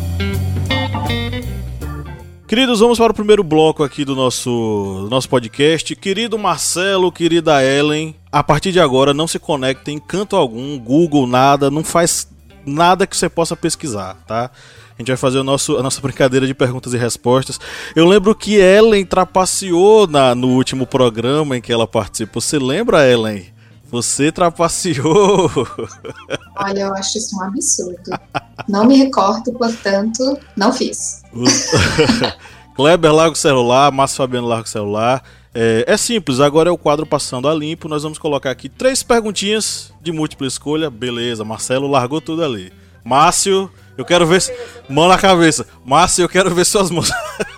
Queridos, vamos para o primeiro bloco aqui do nosso podcast. Querido Marcelo, querida Ellen, a partir de agora não se conectem em canto algum, Google, nada, não faz nada que você possa pesquisar, tá? A gente vai fazer a nossa brincadeira de perguntas e respostas. Eu lembro que Ellen trapaceou no último programa em que ela participou. Você lembra, Ellen? Você trapaceou. Olha, eu acho isso um absurdo. Não me recordo, portanto, não fiz. Kleber larga o celular, Márcio Fabiano larga o celular. É simples, agora é o quadro Passando a Limpo. Nós vamos colocar aqui 3 perguntinhas de múltipla escolha. Beleza, Marcelo largou tudo ali. Márcio, eu quero ver... Mão na cabeça. Márcio, eu quero ver suas mãos.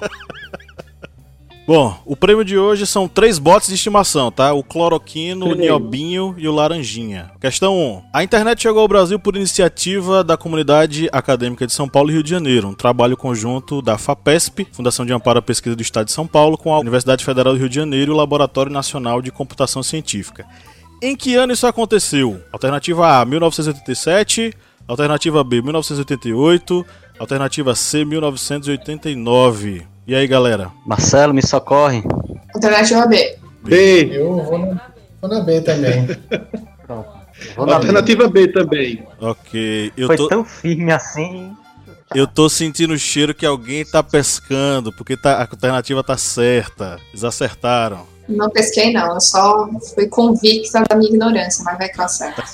Bom, o prêmio de hoje são 3 bots de estimação, tá? O cloroquino, o niobinho e o laranjinha. Questão 1. A internet chegou ao Brasil por iniciativa da Comunidade Acadêmica de São Paulo e Rio de Janeiro. Um trabalho conjunto da FAPESP, Fundação de Amparo à Pesquisa do Estado de São Paulo, com a Universidade Federal do Rio de Janeiro e o Laboratório Nacional de Computação Científica. Em que ano isso aconteceu? Alternativa A, 1987... Alternativa B, 1988. Alternativa C, 1989. E aí, galera? Marcelo, me socorre. Alternativa B. B. Eu vou na B também. Alternativa B também. Ok. Foi tão firme assim. Eu tô sentindo o cheiro que alguém tá pescando, porque a alternativa tá certa. Eles acertaram. Não pesquei, não. Eu só fui convicta da minha ignorância, mas vai que eu acerto.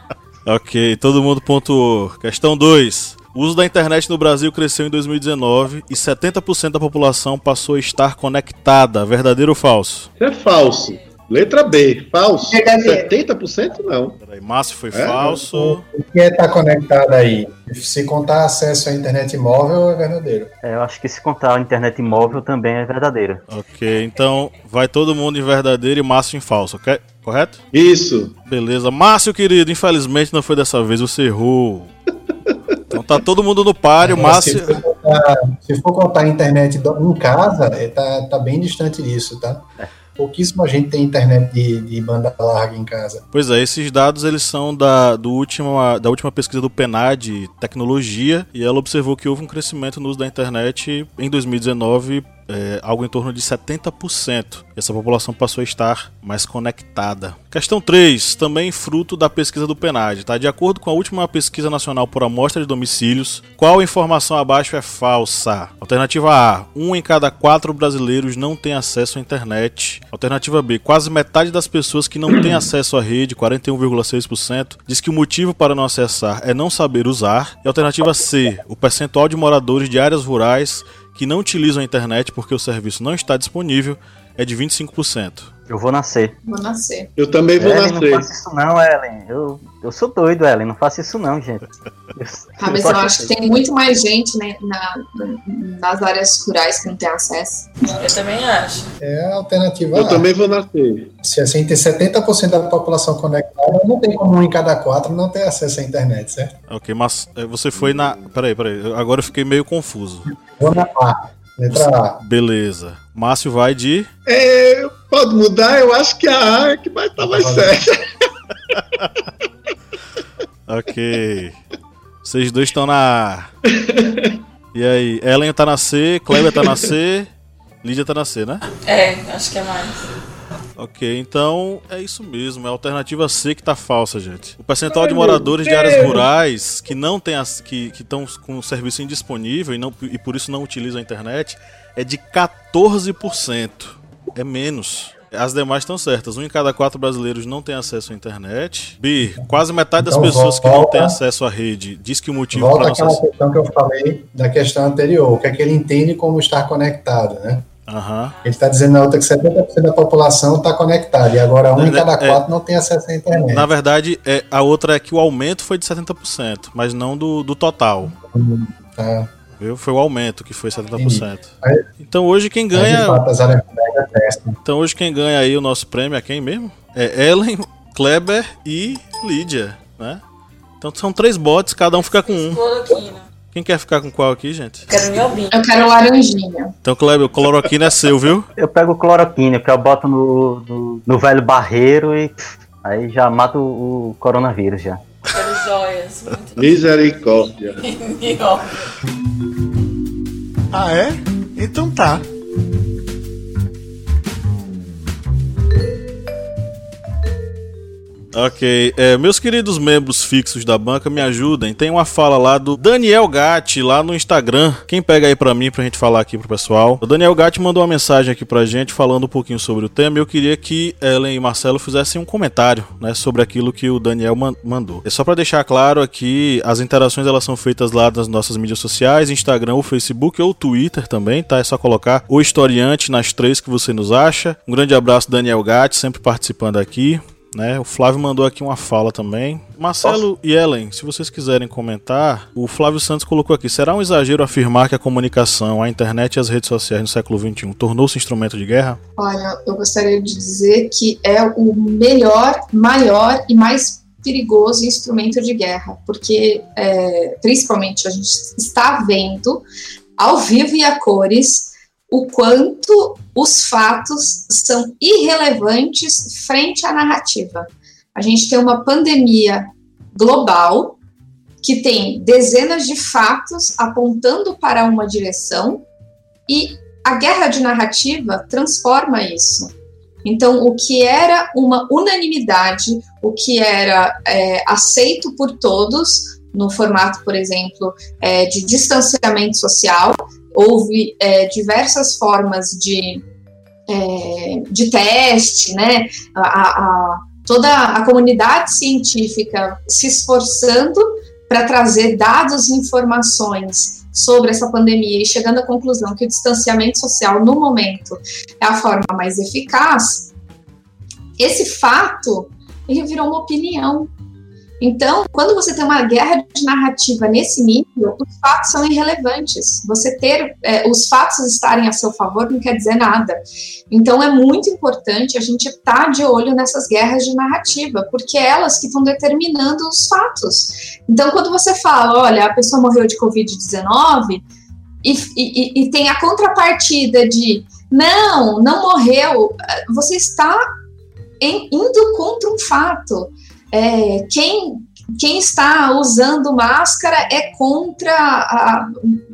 Ok, todo mundo pontuou. Questão 2. O uso da internet no Brasil cresceu em 2019 e 70% da população passou a estar conectada. Verdadeiro ou falso? Isso é falso. Letra B, falso. Verdadeiro. 70% não. Peraí, Márcio foi falso. O que é estar conectado aí? Se contar acesso à internet móvel, é verdadeiro. Eu acho que se contar a internet móvel também é verdadeiro. Ok, então vai todo mundo em verdadeiro e Márcio em falso, ok? Correto? Isso. Beleza. Márcio, querido, infelizmente não foi dessa vez, você errou. Então tá todo mundo no páreo, Márcio... Se for contar a internet em casa, tá bem distante disso, tá? Pouquíssima gente tem internet de banda larga em casa. Pois é, esses dados eles são da última pesquisa do PNAD Tecnologia, e ela observou que houve um crescimento no uso da internet em 2019, algo em torno de 70%. Essa população passou a estar mais conectada. Questão 3, também fruto da pesquisa do PNAD. Tá? De acordo com a última pesquisa nacional por amostra de domicílios, qual informação abaixo é falsa? Alternativa A, 1 em cada 4 brasileiros não tem acesso à internet. Alternativa B, quase metade das pessoas que não têm acesso à rede, 41,6%, diz que o motivo para não acessar é não saber usar. E alternativa C, o percentual de moradores de áreas rurais que não utilizam a internet porque o serviço não está disponível é de 25%. Eu vou nascer. Vou nascer. Eu também vou Ellen, nascer. não faça isso não, Ellen. Eu sou doido, Ellen. Não faça isso não, gente. Mas eu acho que tem muito mais gente, né, nas áreas rurais que não tem acesso. Eu também acho. É a alternativa Eu A. também vou nascer. Se assim tem 70% da população conectada, não tem como 1 em cada 4 não ter acesso à internet, certo? Ok, mas você foi na... Peraí. Agora eu fiquei meio confuso. Vou na A. Letra A. Beleza. Márcio vai de... Pode mudar, eu acho que a A é que vai estar mais certa. Ok. Vocês dois estão na A. E aí? Ellen tá na C, Kleber tá na C, Lídia tá na C, né? Acho que é mais. Ok, então é isso mesmo, é a alternativa C que tá falsa, gente. O percentual de moradores de áreas rurais que não tem que estão com o serviço indisponível e por isso não utilizam a internet é de 14%. É menos. As demais estão certas. 1 em cada 4 brasileiros não tem acesso à internet. B, quase metade das pessoas que não têm acesso à rede diz que o motivo para não acessar... Volta àquela questão que eu falei da questão anterior. O que é que ele entende como estar conectado, né? Uhum. Ele está dizendo na outra que 70% da população está conectada, e agora 1 em cada 4 não tem acesso à internet. Na verdade, a outra é que o aumento foi de 70%, mas não do total. Tá. Foi o aumento que foi 70%. Então hoje quem ganha... Então hoje quem ganha aí o nosso prêmio é quem mesmo? É Ellen, Kleber e Lídia, né? Então são 3 bots, cada um fica com um. Quem quer ficar com qual aqui, gente? Eu quero laranjinha. Então, Kleber, o cloroquina é seu, viu? Eu pego o cloroquina, que eu boto no velho barreiro e aí já mato o coronavírus já. Quero joias. Misericórdia. Ah, é? Então tá. Ok, meus queridos membros fixos da banca, me ajudem. Tem uma fala lá do Daniel Gatti, lá no Instagram. Quem pega aí pra mim, pra gente falar aqui pro pessoal. O Daniel Gatti mandou uma mensagem aqui pra gente, falando um pouquinho sobre o tema. E eu queria que Ellen e Marcelo fizessem um comentário, né, sobre aquilo que o Daniel mandou. É só pra deixar claro aqui, as interações elas são feitas lá nas nossas mídias sociais, Instagram, ou Facebook, ou Twitter também, tá? É só colocar o historiante nas 3 que você nos acha. Um grande abraço, Daniel Gatti, sempre participando aqui. Né? O Flávio mandou aqui uma fala também. Marcelo e Ellen, se vocês quiserem comentar, o Flávio Santos colocou aqui: será um exagero afirmar que a comunicação, a internet e as redes sociais no século XXI tornou-se instrumento de guerra? Olha, eu gostaria de dizer que é o melhor, maior e mais perigoso instrumento de guerra, porque principalmente a gente está vendo ao vivo e a cores o quanto os fatos são irrelevantes frente à narrativa. A gente tem uma pandemia global que tem dezenas de fatos apontando para uma direção e a guerra de narrativa transforma isso. Então, o que era uma unanimidade, o que era aceito por todos, no formato, por exemplo, de distanciamento social, houve diversas formas de teste, né? Toda a comunidade científica se esforçando para trazer dados e informações sobre essa pandemia e chegando à conclusão que o distanciamento social, no momento, é a forma mais eficaz. Esse fato, ele virou uma opinião. Então, quando você tem uma guerra de narrativa nesse nível, os fatos são irrelevantes. Você ter os fatos estarem a seu favor não quer dizer nada. Então, é muito importante a gente estar de olho nessas guerras de narrativa, porque é elas que estão determinando os fatos. Então, quando você fala, olha, a pessoa morreu de Covid-19 e tem a contrapartida de não morreu, você está indo contra um fato. Quem está usando máscara é contra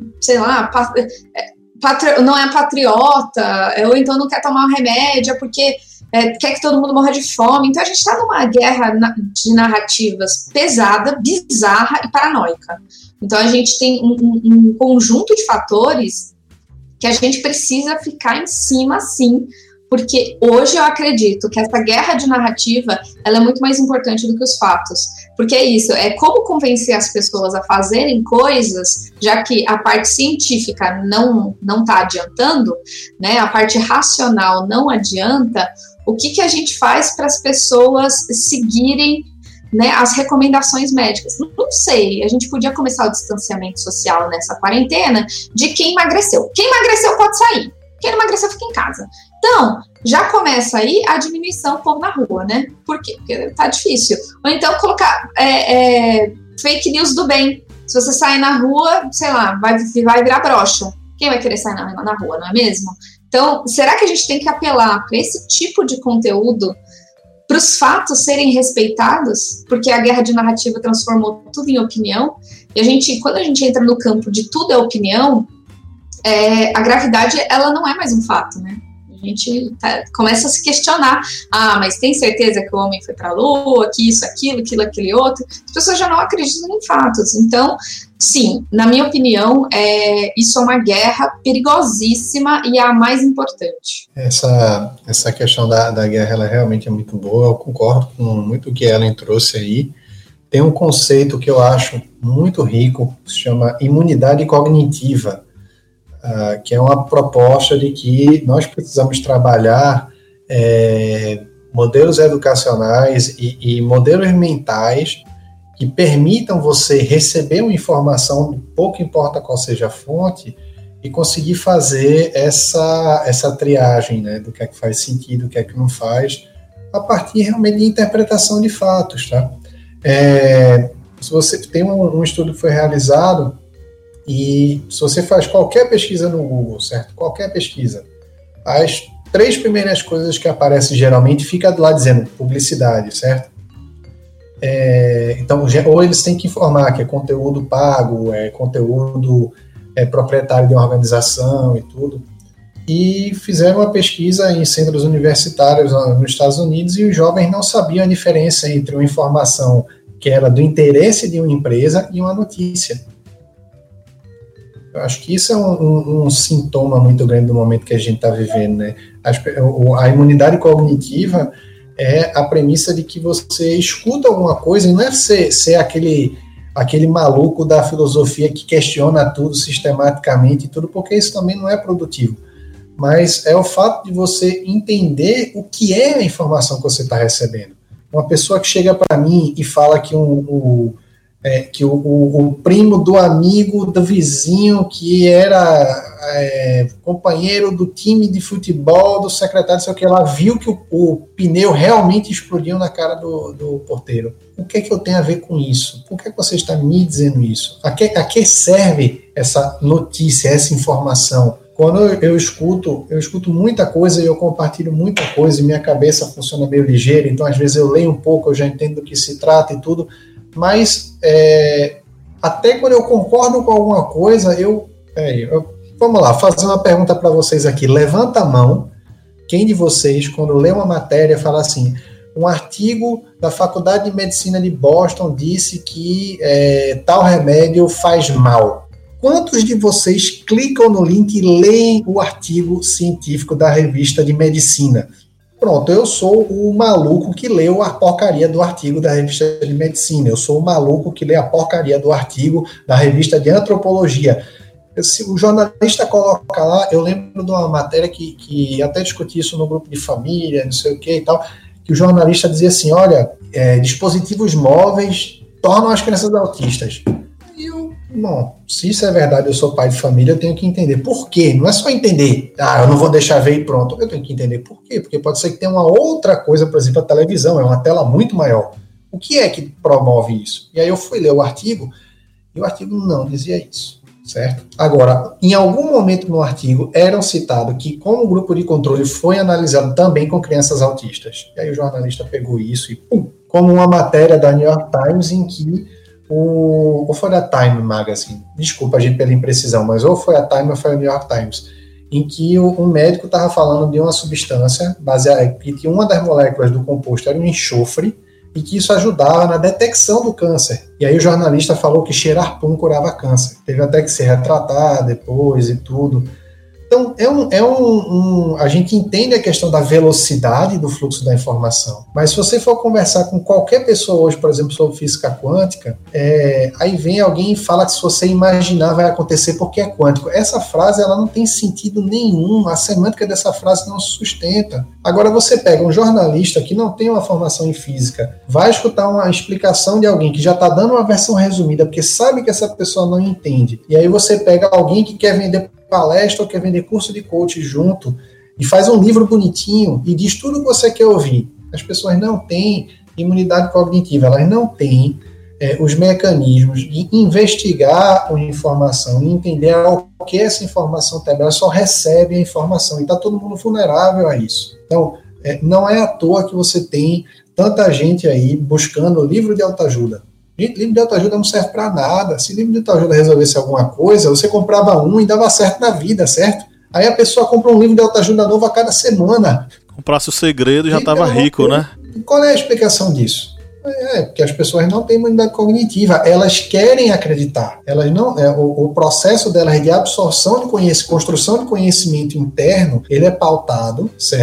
não é patriota, ou então não quer tomar um remédio porque quer que todo mundo morra de fome. Então a gente está numa guerra de narrativas pesada, bizarra e paranoica. Então a gente tem um conjunto de fatores que a gente precisa ficar em cima, sim, porque hoje eu acredito que essa guerra de narrativa ela é muito mais importante do que os fatos. Porque é isso, é como convencer as pessoas a fazerem coisas, já que a parte científica não está adiantando, né, a parte racional não adianta, o que a gente faz para as pessoas seguirem, né, as recomendações médicas? Não sei, a gente podia começar o distanciamento social nessa quarentena de quem emagreceu. Quem emagreceu pode sair, quem não emagreceu fica em casa. Então, já começa aí a diminuição do povo na rua, né? Por quê? Porque tá difícil. Ou então colocar fake news do bem. Se você sair na rua, sei lá, vai virar broxa. Quem vai querer sair na rua, não é mesmo? Então, será que a gente tem que apelar para esse tipo de conteúdo para os fatos serem respeitados? Porque a guerra de narrativa transformou tudo em opinião. E quando a gente entra no campo de tudo é opinião, a gravidade ela não é mais um fato, né? A gente começa a se questionar. Mas tem certeza que o homem foi para a Lua, que isso, aquilo, aquele outro? As pessoas já não acreditam em fatos. Então, sim, na minha opinião, isso é uma guerra perigosíssima e a mais importante. Essa questão da guerra, ela realmente é muito boa. Eu concordo com muito o que Ellen trouxe aí. Tem um conceito que eu acho muito rico, que se chama imunidade cognitiva. que é uma proposta de que nós precisamos trabalhar modelos educacionais e modelos mentais que permitam você receber uma informação, pouco importa qual seja a fonte, e conseguir fazer essa triagem, né, do que é que faz sentido, o que é que não faz, a partir realmente de interpretação de fatos, tá? Se você tem um estudo que foi realizado, e se você faz qualquer pesquisa no Google, certo? Qualquer pesquisa, as 3 primeiras coisas que aparecem geralmente fica lá dizendo publicidade, certo? Então, ou eles têm que informar que é conteúdo pago, é conteúdo proprietário de uma organização e tudo. E fizeram uma pesquisa em centros universitários nos Estados Unidos e os jovens não sabiam a diferença entre uma informação que era do interesse de uma empresa e uma notícia. Eu acho que isso é um sintoma muito grande do momento que a gente está vivendo, né? A imunidade cognitiva é a premissa de que você escuta alguma coisa e não é ser aquele maluco da filosofia que questiona tudo sistematicamente e tudo, porque isso também não é produtivo. Mas é o fato de você entender o que é a informação que você está recebendo. Uma pessoa que chega para mim e fala que o primo do amigo do vizinho que era companheiro do time de futebol do secretário, sei o que, ela viu que o pneu realmente explodiu na cara do porteiro. O que é que eu tenho a ver com isso? Por que você está me dizendo isso? A que serve essa notícia, essa informação? Quando eu escuto muita coisa e eu compartilho muita coisa e minha cabeça funciona meio ligeira, então às vezes eu leio um pouco, eu já entendo do que se trata e tudo, mas até quando eu concordo com alguma coisa, vamos lá, fazer uma pergunta para vocês aqui. Levanta a mão, quem de vocês, quando lê uma matéria, fala assim, um artigo da Faculdade de Medicina de Boston disse que tal remédio faz mal. Quantos de vocês clicam no link e leem o artigo científico da revista de medicina? Pronto, eu sou o maluco que leu a porcaria do artigo da revista de medicina. Eu sou o maluco que lê a porcaria do artigo da revista de antropologia. Se o jornalista coloca lá, eu lembro de uma matéria que até discuti isso no grupo de família, não sei o que e tal, que o jornalista dizia assim, olha, dispositivos móveis tornam as crianças autistas. Bom, se isso é verdade, eu sou pai de família, eu tenho que entender por quê. Não é só entender, eu não vou deixar ver e pronto. Eu tenho que entender por quê. Porque pode ser que tenha uma outra coisa, por exemplo, a televisão, é uma tela muito maior. O que é que promove isso? E aí eu fui ler o artigo, e o artigo não dizia isso, certo? Agora, em algum momento no artigo, eram citado que como o grupo de controle foi analisado também com crianças autistas. E aí o jornalista pegou isso e como uma matéria da New York Times em que ou foi da Time Magazine, desculpa a gente pela imprecisão, mas ou foi a Time ou foi a New York Times, em que um médico estava falando de uma substância baseada, que uma das moléculas do composto era o enxofre, e que isso ajudava na detecção do câncer. E aí o jornalista falou que cheirar pum curava câncer. Teve até que se retratar depois e tudo. Então, a gente entende a questão da velocidade do fluxo da informação, mas se você for conversar com qualquer pessoa hoje, por exemplo, sobre física quântica, aí vem alguém e fala que se você imaginar vai acontecer porque é quântico. Essa frase ela não tem sentido nenhum, a semântica dessa frase não se sustenta. Agora você pega um jornalista que não tem uma formação em física, vai escutar uma explicação de alguém que já está dando uma versão resumida, porque sabe que essa pessoa não entende, e aí você pega alguém que quer vender palestra ou quer vender curso de coach junto e faz um livro bonitinho e diz tudo o que você quer ouvir. As pessoas não têm imunidade cognitiva, elas não têm os mecanismos de investigar a informação e entender ao que essa informação tem. Elas só recebem a informação e está todo mundo vulnerável a isso. Então, não é à toa que você tem tanta gente aí buscando livro de autoajuda. Livro de autoajuda não serve para nada. Se livro de autoajuda resolvesse alguma coisa, você comprava um e dava certo na vida, certo? Aí a pessoa compra um livro de autoajuda novo a cada semana. Comprasse o segredo e já estava rico, né? Qual é a explicação disso? Porque as pessoas não têm imunidade cognitiva, elas querem acreditar, elas não, o processo delas de absorção de conhecimento, construção de conhecimento interno, ele é pautado, certo?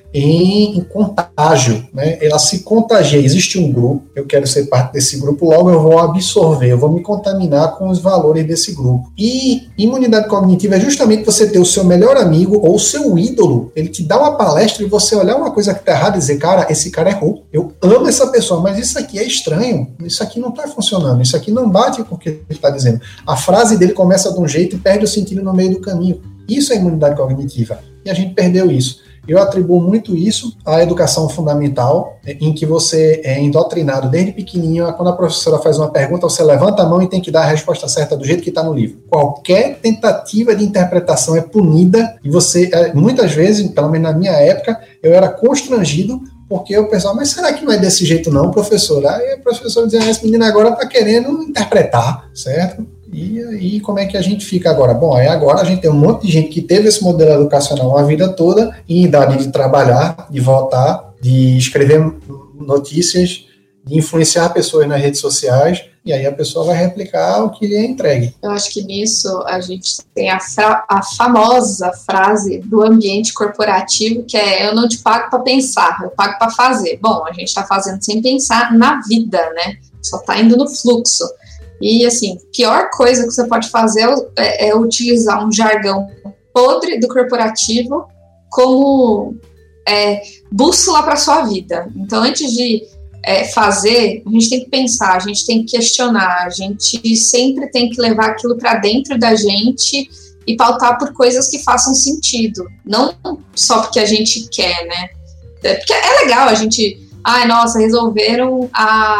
em contágio, né? Ela se contagia. Existe um grupo, eu quero ser parte desse grupo, logo eu vou absorver, eu vou me contaminar com os valores desse grupo. E imunidade cognitiva é justamente você ter o seu melhor amigo ou o seu ídolo, ele te dá uma palestra e você olhar uma coisa que está errada e dizer, cara, esse cara errou, eu amo essa pessoa, mas isso aqui é estranho, isso aqui não está funcionando, isso aqui não bate com o que ele está dizendo. A frase dele começa de um jeito e perde o sentido no meio do caminho. Isso é imunidade cognitiva. E a gente perdeu isso. Eu atribuo muito isso à educação fundamental, em que você é indoctrinado desde pequenininho, quando a professora faz uma pergunta, você levanta a mão e tem que dar a resposta certa do jeito que está no livro. Qualquer tentativa de interpretação é punida, e você, muitas vezes, pelo menos na minha época, eu era constrangido, porque eu pensava, mas será que não é desse jeito não, professora? Aí a professora dizia, essa menina agora está querendo interpretar, certo? E aí, como é que a gente fica agora? Bom, aí agora a gente tem um monte de gente que teve esse modelo educacional a vida toda, em idade de trabalhar, de votar, de escrever notícias, de influenciar pessoas nas redes sociais, e aí a pessoa vai replicar o que lhe é entregue. Eu acho que nisso a gente tem a famosa frase do ambiente corporativo, que é, eu não te pago para pensar, eu pago para fazer. Bom, a gente está fazendo sem pensar na vida, né? Só está indo no fluxo. E, assim, pior coisa que você pode fazer é utilizar um jargão podre do corporativo como bússola para sua vida. Então, antes de fazer, a gente tem que pensar, a gente tem que questionar, a gente sempre tem que levar aquilo para dentro da gente e pautar por coisas que façam sentido. Não só porque a gente quer, né? Porque é legal a gente... nossa, resolveram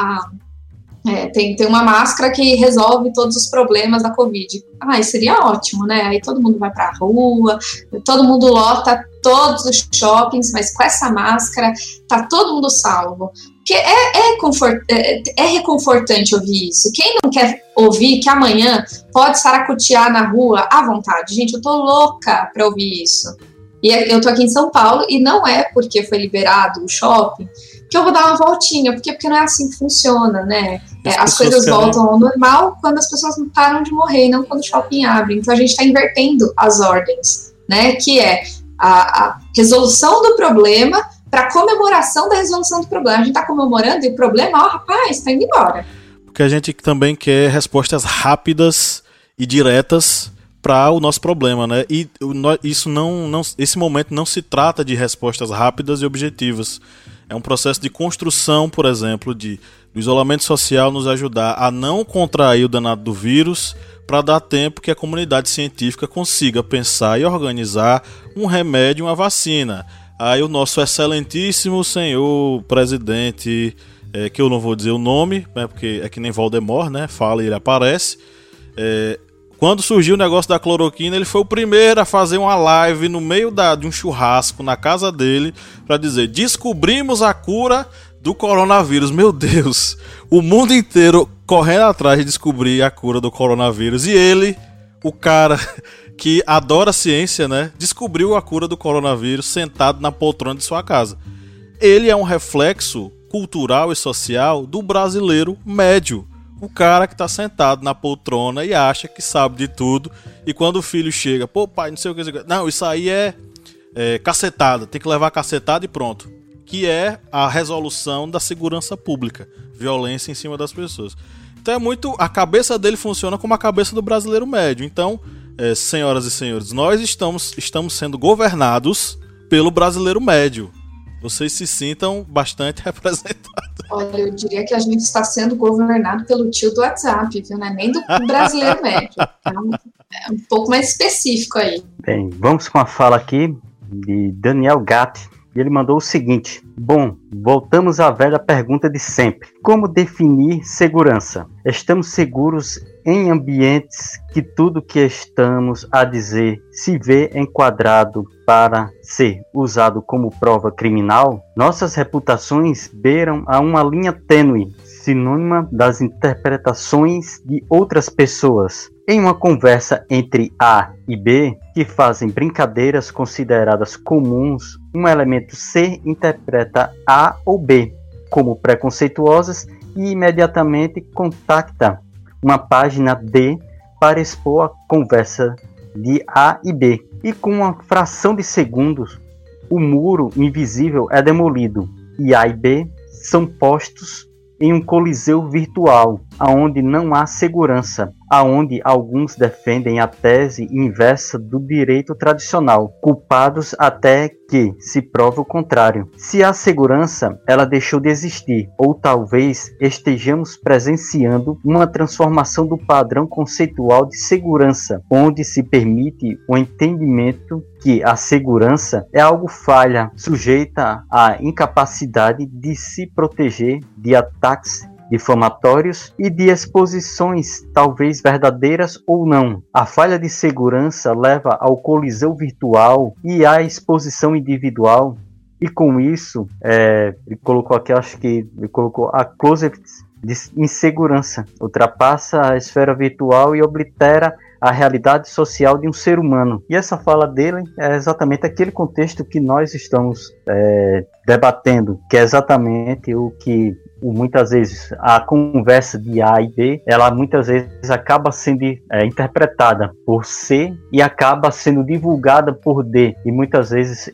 tem uma máscara que resolve todos os problemas da Covid. Seria ótimo, né? Aí todo mundo vai pra rua, todo mundo lota todos os shoppings, mas com essa máscara tá todo mundo salvo. Porque é reconfortante ouvir isso. Quem não quer ouvir que amanhã pode saracotear na rua à vontade? Gente, eu tô louca pra ouvir isso. E eu tô aqui em São Paulo e não é porque foi liberado o shopping que eu vou dar uma voltinha, porque não é assim que funciona, né? As coisas voltam ao normal quando as pessoas não param de morrer, e não quando o shopping abre. Então a gente está invertendo as ordens, né? Que é a resolução do problema para comemoração da resolução do problema. A gente está comemorando e o problema, rapaz, está indo embora. Porque a gente também quer respostas rápidas e diretas para o nosso problema, né? E isso esse momento não se trata de respostas rápidas e objetivas. É um processo de construção, por exemplo, do isolamento social nos ajudar a não contrair o danado do vírus, para dar tempo que a comunidade científica consiga pensar e organizar um remédio, uma vacina. Aí o nosso excelentíssimo senhor presidente, que eu não vou dizer o nome, né, porque é que nem Voldemort, né? Fala e ele aparece. Quando surgiu o negócio da cloroquina, ele foi o primeiro a fazer uma live no meio de um churrasco na casa dele para dizer, descobrimos a cura do coronavírus. Meu Deus, o mundo inteiro correndo atrás de descobrir a cura do coronavírus. E ele, o cara que adora a ciência, né, descobriu a cura do coronavírus sentado na poltrona de sua casa. Ele é um reflexo cultural e social do brasileiro médio. O cara que tá sentado na poltrona e acha que sabe de tudo. E quando o filho chega, pô, pai, não sei o que. Não, isso aí é cacetada. Tem que levar cacetada e pronto. Que é a resolução da segurança pública. Violência em cima das pessoas. Então é muito... A cabeça dele funciona como a cabeça do brasileiro médio. Então, senhoras e senhores, nós estamos sendo governados pelo brasileiro médio. Vocês se sintam bastante representados. Olha, eu diria que a gente está sendo governado pelo tio do WhatsApp, viu? Não é nem do brasileiro médio. É um pouco mais específico aí. Bem, vamos com a fala aqui de Daniel Gatti. E ele mandou o seguinte: bom, voltamos à velha pergunta de sempre. Como definir segurança? Estamos seguros em ambientes que tudo que estamos a dizer se vê enquadrado para ser usado como prova criminal? Nossas reputações beiram a uma linha tênue, sinônima das interpretações de outras pessoas. Em uma conversa entre A e B, que fazem brincadeiras consideradas comuns, um elemento C interpreta A ou B como preconceituosas e imediatamente contacta uma página D para expor a conversa de A e B. E com uma fração de segundos, o muro invisível é demolido e A e B são postos em um coliseu virtual, aonde não há segurança, aonde alguns defendem a tese inversa do direito tradicional, culpados até que se prove o contrário. Se há segurança, ela deixou de existir, ou talvez estejamos presenciando uma transformação do padrão conceitual de segurança, onde se permite o entendimento que a segurança é algo falha, sujeita à incapacidade de se proteger de ataques difamatórios e de exposições, talvez verdadeiras ou não. A falha de segurança leva ao coliseu virtual e à exposição individual, e com isso, ele colocou aqui, acho que ele colocou a closet de insegurança, ultrapassa a esfera virtual e oblitera a realidade social de um ser humano. E essa fala dele é exatamente aquele contexto que nós estamos debatendo, que é exatamente o que muitas vezes a conversa de A e B, ela muitas vezes acaba sendo interpretada por C e acaba sendo divulgada por D. E muitas vezes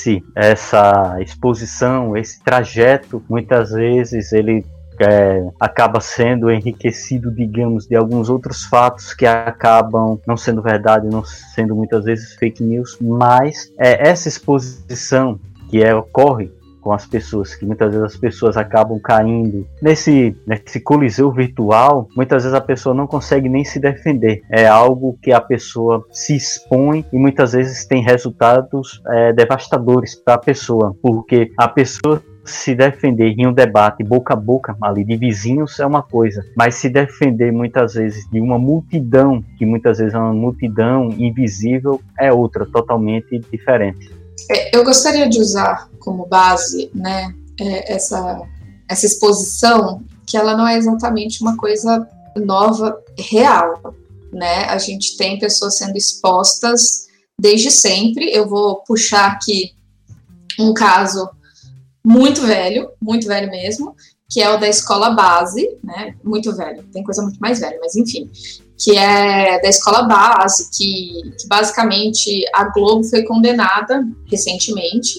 essa exposição, esse trajeto, muitas vezes ele acaba sendo enriquecido, digamos, de alguns outros fatos que acabam não sendo verdade, não sendo muitas vezes fake news, mas essa exposição que ocorre com as pessoas, que muitas vezes as pessoas acabam caindo nesse coliseu virtual, muitas vezes a pessoa não consegue nem se defender. É algo que a pessoa se expõe e muitas vezes tem resultados devastadores para a pessoa, porque a pessoa se defender em um debate boca a boca ali de vizinhos é uma coisa, mas se defender muitas vezes de uma multidão, que muitas vezes é uma multidão invisível, é outra, totalmente diferente. Eu gostaria de usar como base, né, essa exposição, que ela não é exatamente uma coisa nova, real, né? A gente tem pessoas sendo expostas desde sempre. Eu vou puxar aqui um caso muito velho mesmo, que é o da escola base, né? Muito velho, tem coisa muito mais velha, mas enfim, que é da escola base, que basicamente a Globo foi condenada recentemente,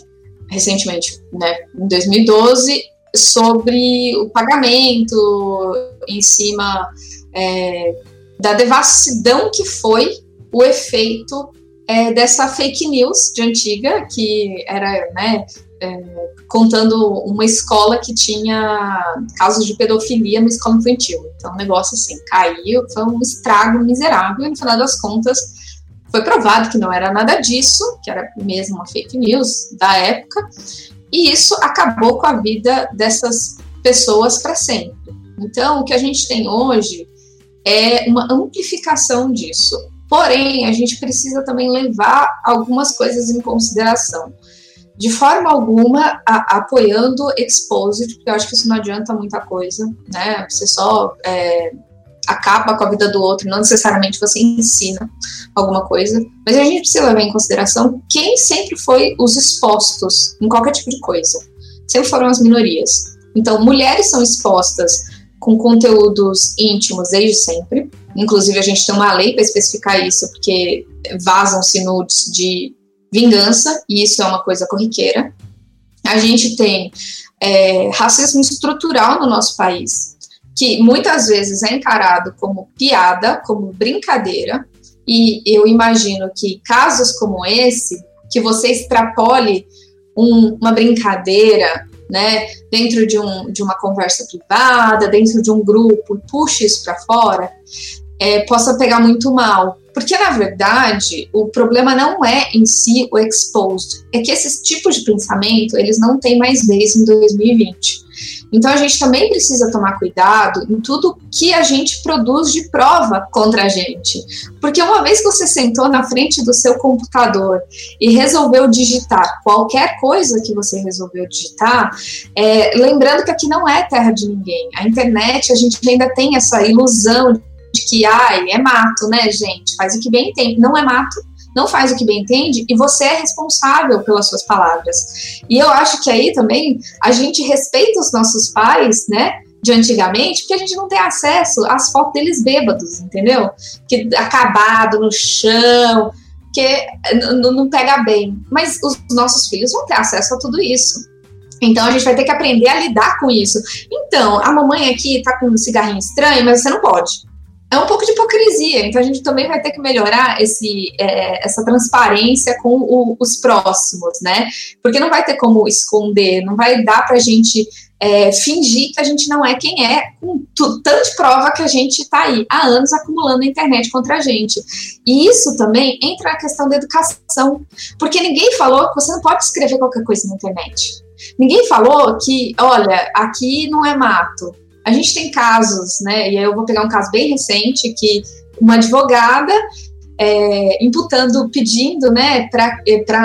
né, em 2012, sobre o pagamento em cima da devassidão que foi o efeito dessa fake news de antiga, que era, né, contando uma escola que tinha casos de pedofilia na escola infantil. Então o negócio assim, caiu, foi um estrago miserável, e no final das contas foi provado que não era nada disso, que era mesmo uma fake news da época, e isso acabou com a vida dessas pessoas para sempre. Então o que a gente tem hoje é uma amplificação disso. Porém, a gente precisa também levar algumas coisas em consideração. De forma alguma, apoiando exposed, porque eu acho que isso não adianta muita coisa, né? Você só acaba com a vida do outro, não necessariamente você ensina alguma coisa, mas a gente precisa levar em consideração quem sempre foi os expostos em qualquer tipo de coisa. Sempre foram as minorias. Então, mulheres são expostas com conteúdos íntimos desde sempre. Inclusive, a gente tem uma lei para especificar isso, porque vazam-se nudes de vingança, e isso é uma coisa corriqueira. A gente tem racismo estrutural no nosso país, que muitas vezes é encarado como piada, como brincadeira, e eu imagino que casos como esse, que você extrapole uma brincadeira, né, dentro de uma conversa privada, dentro de um grupo, puxe isso para fora, possa pegar muito mal. Porque, na verdade, o problema não é em si o exposed, é que esses tipos de pensamento, eles não têm mais vez em 2020. Então, a gente também precisa tomar cuidado em tudo que a gente produz de prova contra a gente. Porque uma vez que você sentou na frente do seu computador e resolveu digitar qualquer coisa que você resolveu digitar, lembrando que aqui não é terra de ninguém. A internet, a gente ainda tem essa ilusão de que, é mato, né, gente? Faz o que bem entende. Não é mato, não faz o que bem entende, e você é responsável pelas suas palavras. E eu acho que aí também a gente respeita os nossos pais, né, de antigamente, porque a gente não tem acesso às fotos deles bêbados, entendeu? Que acabado no chão, porque não pega bem. Mas os nossos filhos vão ter acesso a tudo isso. Então a gente vai ter que aprender a lidar com isso. Então, a mamãe aqui tá com um cigarrinho estranho, mas você não pode. É um pouco de hipocrisia, então a gente também vai ter que melhorar essa transparência com os próximos, né? Porque não vai ter como esconder, não vai dar pra gente fingir que a gente não é quem é, com tanta prova que a gente tá aí há anos acumulando na internet contra a gente. E isso também entra na questão da educação, porque ninguém falou que você não pode escrever qualquer coisa na internet. Ninguém falou que, olha, aqui não é mato. A gente tem casos, né, e aí eu vou pegar um caso bem recente, que uma advogada pedindo, né, para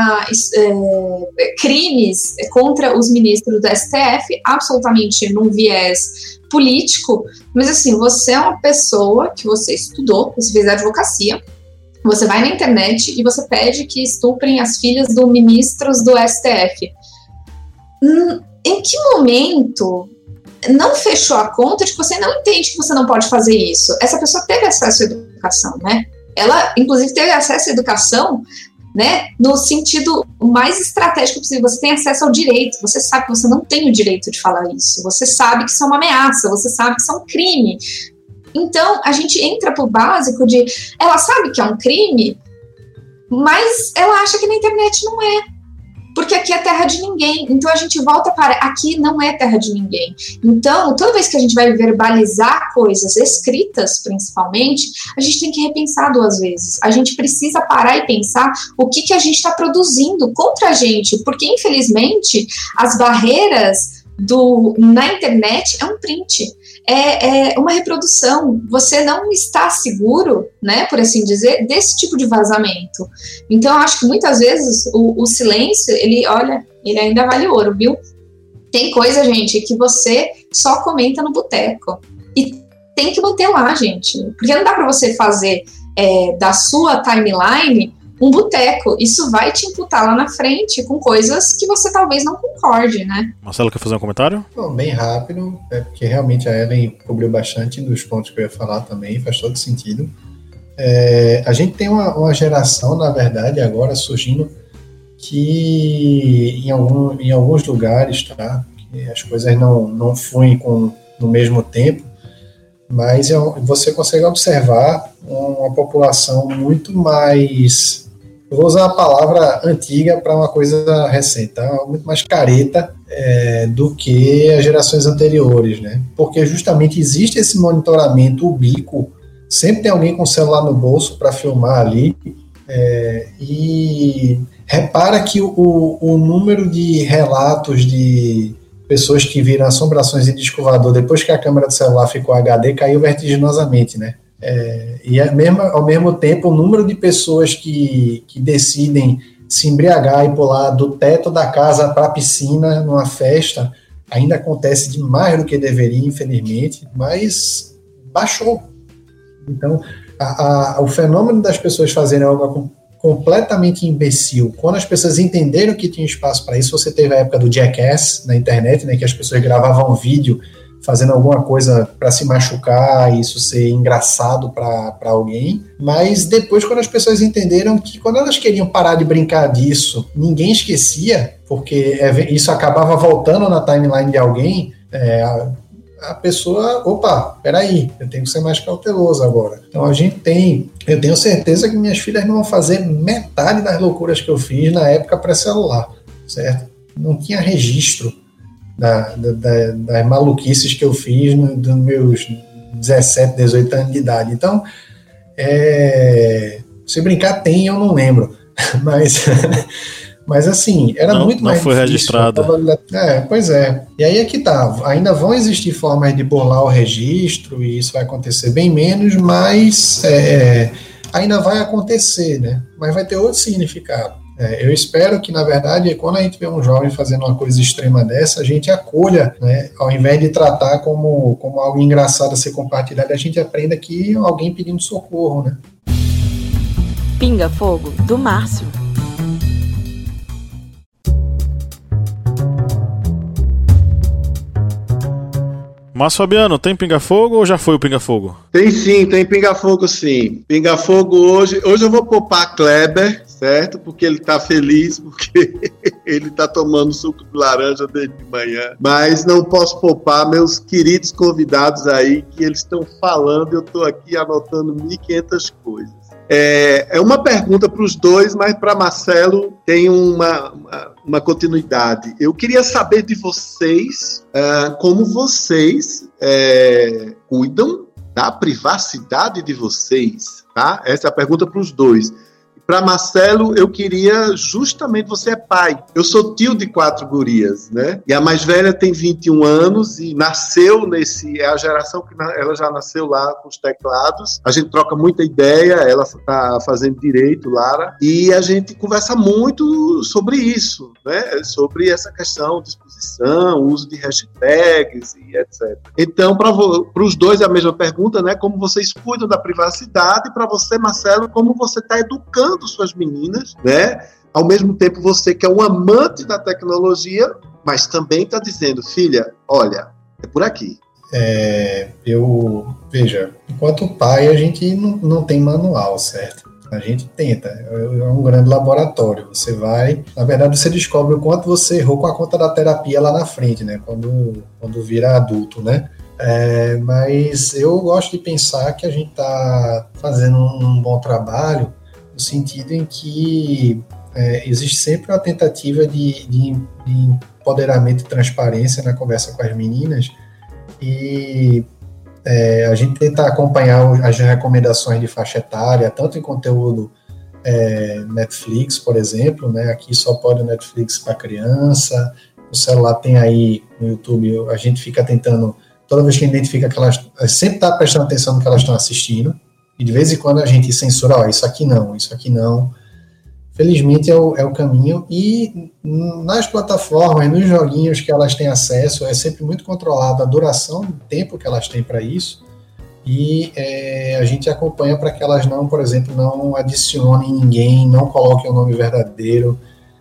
crimes contra os ministros do STF, absolutamente num viés político, mas assim, você é uma pessoa que você estudou, você fez advocacia, você vai na internet e você pede que estuprem as filhas dos ministros do STF. Em que momento não fechou a conta de que você não entende que você não pode fazer isso? Essa pessoa teve acesso à educação, né? Ela, inclusive, teve acesso à educação, né, no sentido mais estratégico possível. Você tem acesso ao direito, você sabe que você não tem o direito de falar isso, você sabe que isso é uma ameaça, você sabe que isso é um crime. Então, a gente entra pro básico de... Ela sabe que é um crime, mas ela acha que na internet não é. Porque aqui é terra de ninguém. Então a gente volta para aqui não é terra de ninguém. Então, toda vez que a gente vai verbalizar coisas escritas, principalmente, a gente tem que repensar 2 vezes. A gente precisa parar e pensar o que a gente está produzindo contra a gente. Porque, infelizmente, as barreiras na internet é um print. É uma reprodução. Você não está seguro, né, por assim dizer, desse tipo de vazamento. Então, eu acho que muitas vezes o silêncio, ele ainda vale ouro, viu? Tem coisa, gente, que você só comenta no boteco. E tem que manter lá, gente. Porque não dá para você fazer da sua timeline um boteco. Isso vai te imputar lá na frente com coisas que você talvez não concorde, né? Marcelo, quer fazer um comentário? Bom, bem rápido, porque realmente a Ellen cobriu bastante dos pontos que eu ia falar também, faz todo sentido. A gente tem uma geração, na verdade, agora surgindo, que em alguns lugares, tá? Que as coisas não fluem no mesmo tempo, mas você consegue observar uma população muito mais... Eu vou usar a palavra antiga para uma coisa recente, tá? Muito mais careta do que as gerações anteriores, né? Porque justamente existe esse monitoramento ubíquo, sempre tem alguém com o celular no bolso para filmar ali, e repara que o número de relatos de pessoas que viram assombrações em disco voador depois que a câmera do celular ficou HD caiu vertiginosamente, né? E ao mesmo tempo o número de pessoas que decidem se embriagar e pular do teto da casa para a piscina numa festa ainda acontece demais do que deveria, infelizmente, mas baixou. Então o fenômeno das pessoas fazerem algo completamente imbecil, quando as pessoas entenderam que tinha espaço para isso, você teve a época do Jackass na internet, né, que as pessoas gravavam vídeo fazendo alguma coisa para se machucar, isso ser engraçado para alguém, mas depois quando as pessoas entenderam que quando elas queriam parar de brincar disso, ninguém esquecia, porque isso acabava voltando na timeline de alguém, a pessoa, opa, peraí, eu tenho que ser mais cauteloso agora. Então eu tenho certeza que minhas filhas não vão fazer metade das loucuras que eu fiz na época pré-celular, certo? Não tinha registro das maluquices que eu fiz dos meus 17, 18 anos de idade. Então, se brincar tem, eu não lembro. Mas assim, era muito mais difícil. Não foi registrada. Pois é. E aí é que tá. Ainda vão existir formas de burlar o registro, e isso vai acontecer bem menos, mas ainda vai acontecer, né? Mas vai ter outro significado. Eu espero que, na verdade, quando a gente vê um jovem fazendo uma coisa extrema dessa, a gente acolha, né? Ao invés de tratar como algo engraçado a ser compartilhado, a gente aprenda que alguém pedindo socorro, né? Pinga Fogo, do Márcio. Mas, Fabiano, tem pinga-fogo ou já foi o pinga-fogo? Tem sim, tem pinga-fogo sim. Pinga-fogo hoje. Hoje eu vou poupar Kleber, certo? Porque ele tá feliz, porque ele tá tomando suco de laranja desde de manhã. Mas não posso poupar meus queridos convidados aí, que eles estão falando, eu tô aqui anotando 1.500 coisas. É uma pergunta para os dois, mas para Marcelo tem uma continuidade. Eu queria saber de vocês como vocês cuidam da privacidade de vocês, tá? Essa é a pergunta para os dois. Para Marcelo, eu queria justamente, você é pai. Eu sou tio de 4 gurias, né? E a mais velha tem 21 anos e nasceu é a geração que ela já nasceu lá com os teclados. A gente troca muita ideia, ela está fazendo direito, Lara, e a gente conversa muito sobre isso, né? Sobre essa questão de exposição, uso de hashtags e etc. Então, para os dois é a mesma pergunta, né? Como vocês cuidam da privacidade? Para você, Marcelo, como você está educando suas meninas, né? Ao mesmo tempo, você que é um amante da tecnologia, mas também está dizendo, filha, olha, é por aqui. Veja, enquanto pai, a gente não tem manual, certo? A gente tenta, é um grande laboratório. Você vai, na verdade, você descobre o quanto você errou com a conta da terapia lá na frente, né? Quando vira adulto, né? Mas eu gosto de pensar que a gente está fazendo um bom trabalho no sentido em que existe sempre uma tentativa de empoderamento e transparência na conversa com as meninas e a gente tenta acompanhar as recomendações de faixa etária, tanto em conteúdo Netflix, por exemplo, né? Aqui só pode o Netflix para criança, o celular tem aí no YouTube, a gente fica tentando, toda vez que identifica que elas sempre está prestando atenção no que elas estão assistindo, e de vez em quando a gente censura, isso aqui não. Felizmente é o caminho, e nas plataformas, nos joguinhos que elas têm acesso, é sempre muito controlado a duração do tempo que elas têm para isso, e a gente acompanha para que elas não, por exemplo, não adicionem ninguém, não coloquem o nome verdadeiro.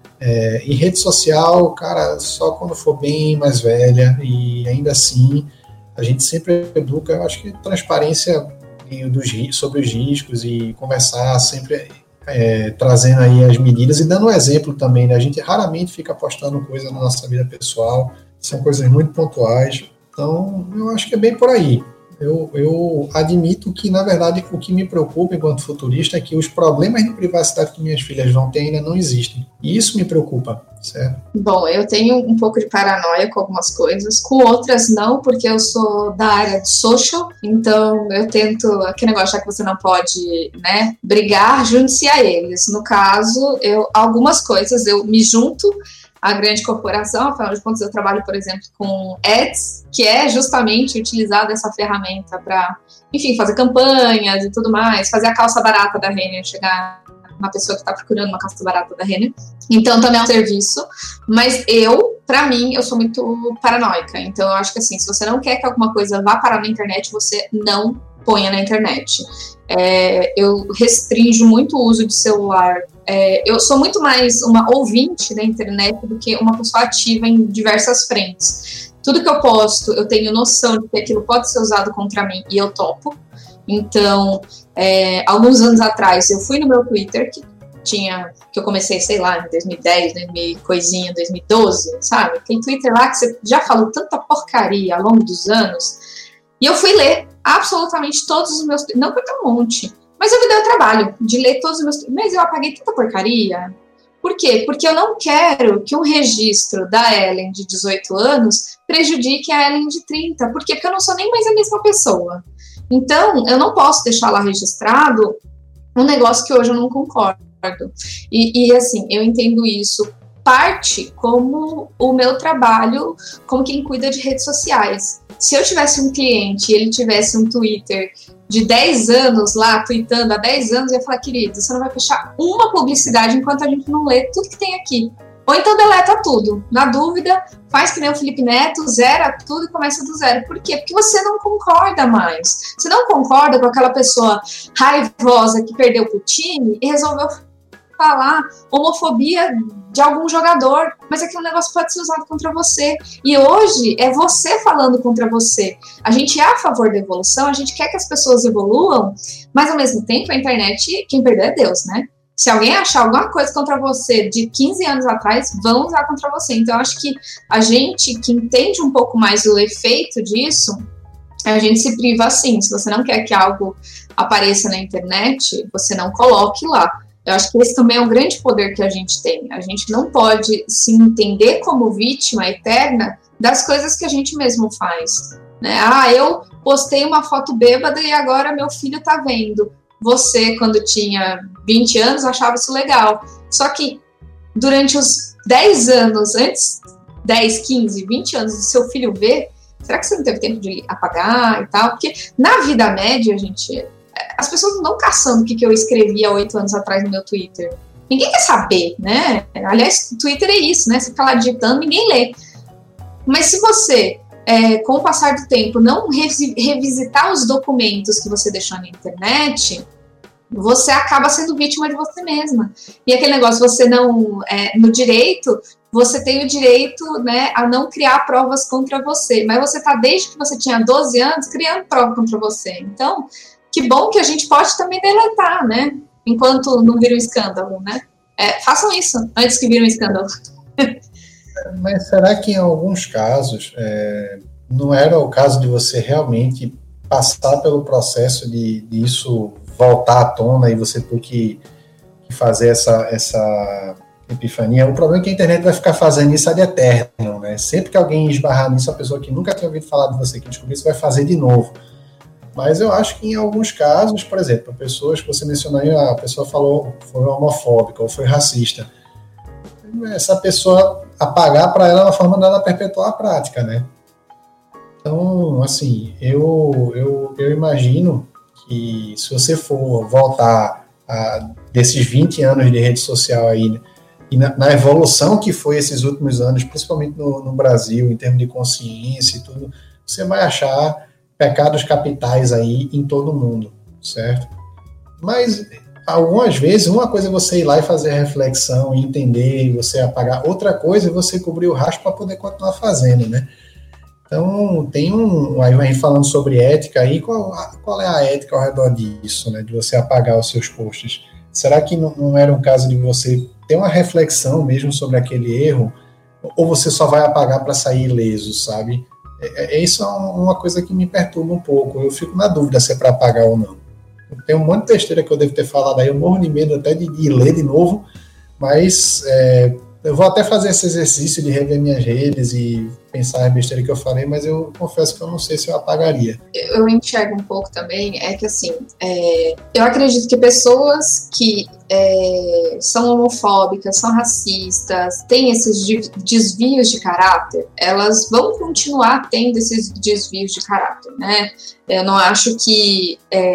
Em rede social, cara, só quando for bem mais velha, e ainda assim a gente sempre educa, eu acho que transparência sobre os riscos e conversar sempre trazendo aí as medidas e dando exemplo também, né? A gente raramente fica postando coisa na nossa vida pessoal, são coisas muito pontuais, então eu acho que é bem por aí. Eu admito que, na verdade, o que me preocupa enquanto futurista é que os problemas de privacidade que minhas filhas vão ter ainda não existem. E isso me preocupa, certo? Bom, eu tenho um pouco de paranoia com algumas coisas, com outras não, porque eu sou da área de social, então eu tento, aquele negócio, já que você não pode, né, brigar, junte-se a eles. No caso, algumas coisas eu me junto a grande corporação, afinal de contas eu trabalho, por exemplo, com ads, que é justamente utilizar essa ferramenta para, enfim, fazer campanhas e tudo mais, fazer a calça barata da Renner chegar na pessoa que está procurando uma calça barata da Renner. Então também é um serviço, mas para mim, eu sou muito paranoica, então eu acho que assim, se você não quer que alguma coisa vá parar na internet, você não ponha na internet. Eu restringo muito o uso de celular. Eu sou muito mais uma ouvinte da internet do que uma pessoa ativa em diversas frentes. Tudo que eu posto, eu tenho noção de que aquilo pode ser usado contra mim e eu topo. Então, alguns anos atrás, eu fui no meu Twitter, que eu comecei, sei lá, em 2010, 2012, sabe? Aquele Twitter lá que você já falou tanta porcaria ao longo dos anos. E eu fui ler absolutamente todos os meus... Não porque é um monte, mas eu me dei o trabalho de ler todos os meus... Mas eu apaguei tanta porcaria. Por quê? Porque eu não quero que um registro da Ellen de 18 anos prejudique a Ellen de 30. Por quê? Porque eu não sou nem mais a mesma pessoa. Então, eu não posso deixar lá registrado um negócio que hoje eu não concordo. E assim, eu entendo isso parte como o meu trabalho como quem cuida de redes sociais. Se eu tivesse um cliente e ele tivesse um Twitter de 10 anos lá, tweetando há 10 anos, eu ia falar, querido, você não vai fechar uma publicidade enquanto a gente não lê tudo que tem aqui. Ou então deleta tudo. Na dúvida, faz que nem o Felipe Neto, zera tudo e começa do zero. Por quê? Porque você não concorda mais. Você não concorda com aquela pessoa raivosa que perdeu pro time e resolveu falar homofobia de algum jogador, mas aquele negócio pode ser usado contra você. E hoje é você falando contra você. A gente é a favor da evolução, a gente quer que as pessoas evoluam, mas ao mesmo tempo a internet, quem perdeu é Deus, né? Se alguém achar alguma coisa contra você de 15 anos atrás, vão usar contra você. Então, eu acho que a gente que entende um pouco mais o efeito disso, a gente se priva assim. Se você não quer que algo apareça na internet, você não coloque lá. Eu acho que esse também é um grande poder que a gente tem. A gente não pode se entender como vítima eterna das coisas que a gente mesmo faz, né? Eu postei uma foto bêbada e agora meu filho tá vendo. Você, quando tinha 20 anos, achava isso legal. Só que durante os 10 anos, antes, 10, 15, 20 anos do seu filho ver, será que você não teve tempo de apagar e tal? Porque na vida média, gente, as pessoas não estão caçando o que eu escrevi há 8 anos atrás no meu Twitter. Ninguém quer saber, né? Aliás, Twitter é isso, né? Você fica lá digitando, ninguém lê. Mas se você, com o passar do tempo, não revisitar os documentos que você deixou na internet, você acaba sendo vítima de você mesma. E aquele negócio, você não... no direito, você tem o direito, né, a não criar provas contra você. Mas você está, desde que você tinha 12 anos, criando prova contra você. Então, que bom que a gente pode também deletar, né? Enquanto não vira um escândalo, né? Façam isso antes que vire um escândalo. Mas será que em alguns casos não era o caso de você realmente passar pelo processo de isso voltar à tona e você ter que fazer essa epifania? O problema é que a internet vai ficar fazendo isso ad eterno, né? Sempre que alguém esbarrar nisso, a pessoa que nunca tinha ouvido falar de você, que descobriu isso, vai fazer de novo. Mas eu acho que em alguns casos, por exemplo, pessoas que você mencionou aí, a pessoa foi homofóbica ou foi racista. Essa pessoa, apagar para ela é uma forma dela perpetuar a prática, né? Então, assim, eu imagino que se você for voltar desses 20 anos de rede social aí, e na evolução que foi esses últimos anos, principalmente no Brasil, em termos de consciência e tudo, você vai achar pecados capitais aí em todo mundo, certo? Mas algumas vezes, uma coisa é você ir lá e fazer a reflexão e entender, você apagar. Outra coisa é você cobrir o rastro para poder continuar fazendo, né? Então, tem aí a gente falando sobre ética aí, qual é a ética ao redor disso, né? De você apagar os seus posts. Será que não era um caso de você ter uma reflexão mesmo sobre aquele erro? Ou você só vai apagar para sair ileso, sabe? Isso é uma coisa que me perturba um pouco. Eu fico na dúvida se é para apagar ou não. Tem um monte de besteira que eu devo ter falado aí, eu morro de medo até de ler de novo, mas eu vou até fazer esse exercício de rever minhas redes e pensar a besteira que eu falei, mas eu confesso que eu não sei se eu apagaria. Eu enxergo um pouco também, que assim, eu acredito que pessoas que são homofóbicas, são racistas, têm esses desvios de caráter, elas vão continuar tendo esses desvios de caráter, né? Eu não acho que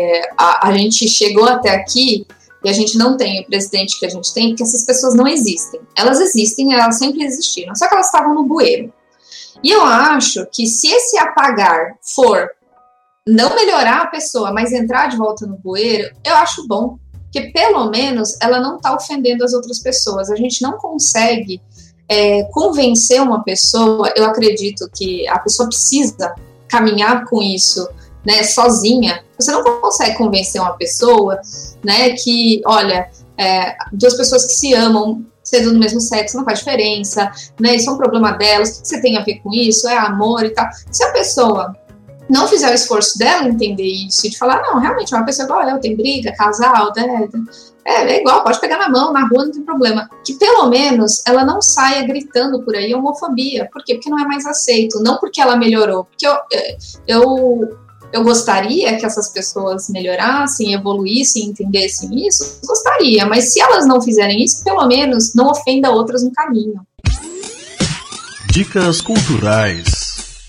a gente chegou até aqui e a gente não tem o presidente que a gente tem, porque essas pessoas não existem. Elas existem, elas sempre existiram, só que elas estavam no bueiro. E eu acho que se esse apagar for não melhorar a pessoa, mas entrar de volta no bueiro, eu acho bom, porque pelo menos ela não está ofendendo as outras pessoas. A gente não consegue convencer uma pessoa, eu acredito que a pessoa precisa caminhar com isso, né, sozinha. Você não consegue convencer uma pessoa, né, que, olha, duas pessoas que se amam, sendo do mesmo sexo, não faz diferença, né, isso é um problema delas, o que você tem a ver com isso, é amor e tal. Se a pessoa não fizer o esforço dela entender isso, e de falar, não, realmente é uma pessoa igual eu, tem briga, casal, é igual, pode pegar na mão, na rua, não tem problema. Que pelo menos ela não saia gritando por aí homofobia. Por quê? Porque não é mais aceito, não porque ela melhorou, porque eu gostaria que essas pessoas melhorassem, evoluíssem, entendessem isso, gostaria, mas se elas não fizerem isso, pelo menos não ofenda outras no caminho. Dicas culturais.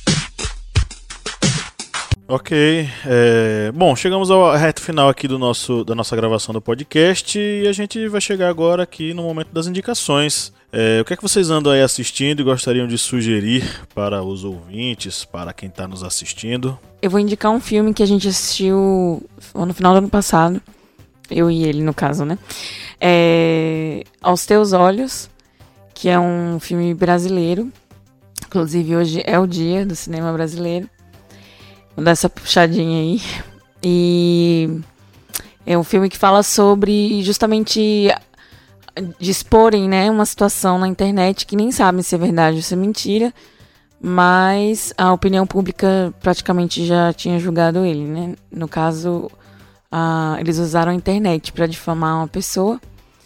Ok, bom, chegamos ao reto final aqui da nossa gravação do podcast e a gente vai chegar agora aqui no momento das indicações. O que é que vocês andam aí assistindo e gostariam de sugerir para os ouvintes, para quem está nos assistindo? Eu vou indicar um filme que a gente assistiu no final do ano passado, eu e ele no caso, né? Aos Teus Olhos, que é um filme brasileiro. Inclusive, hoje é o dia do cinema brasileiro. Vou dar essa puxadinha aí. E é um filme que fala sobre justamente disporem, né, uma situação na internet que nem sabem se é verdade ou se é mentira, mas a opinião pública praticamente já tinha julgado ele, né? No caso, eles usaram a internet para difamar uma pessoa.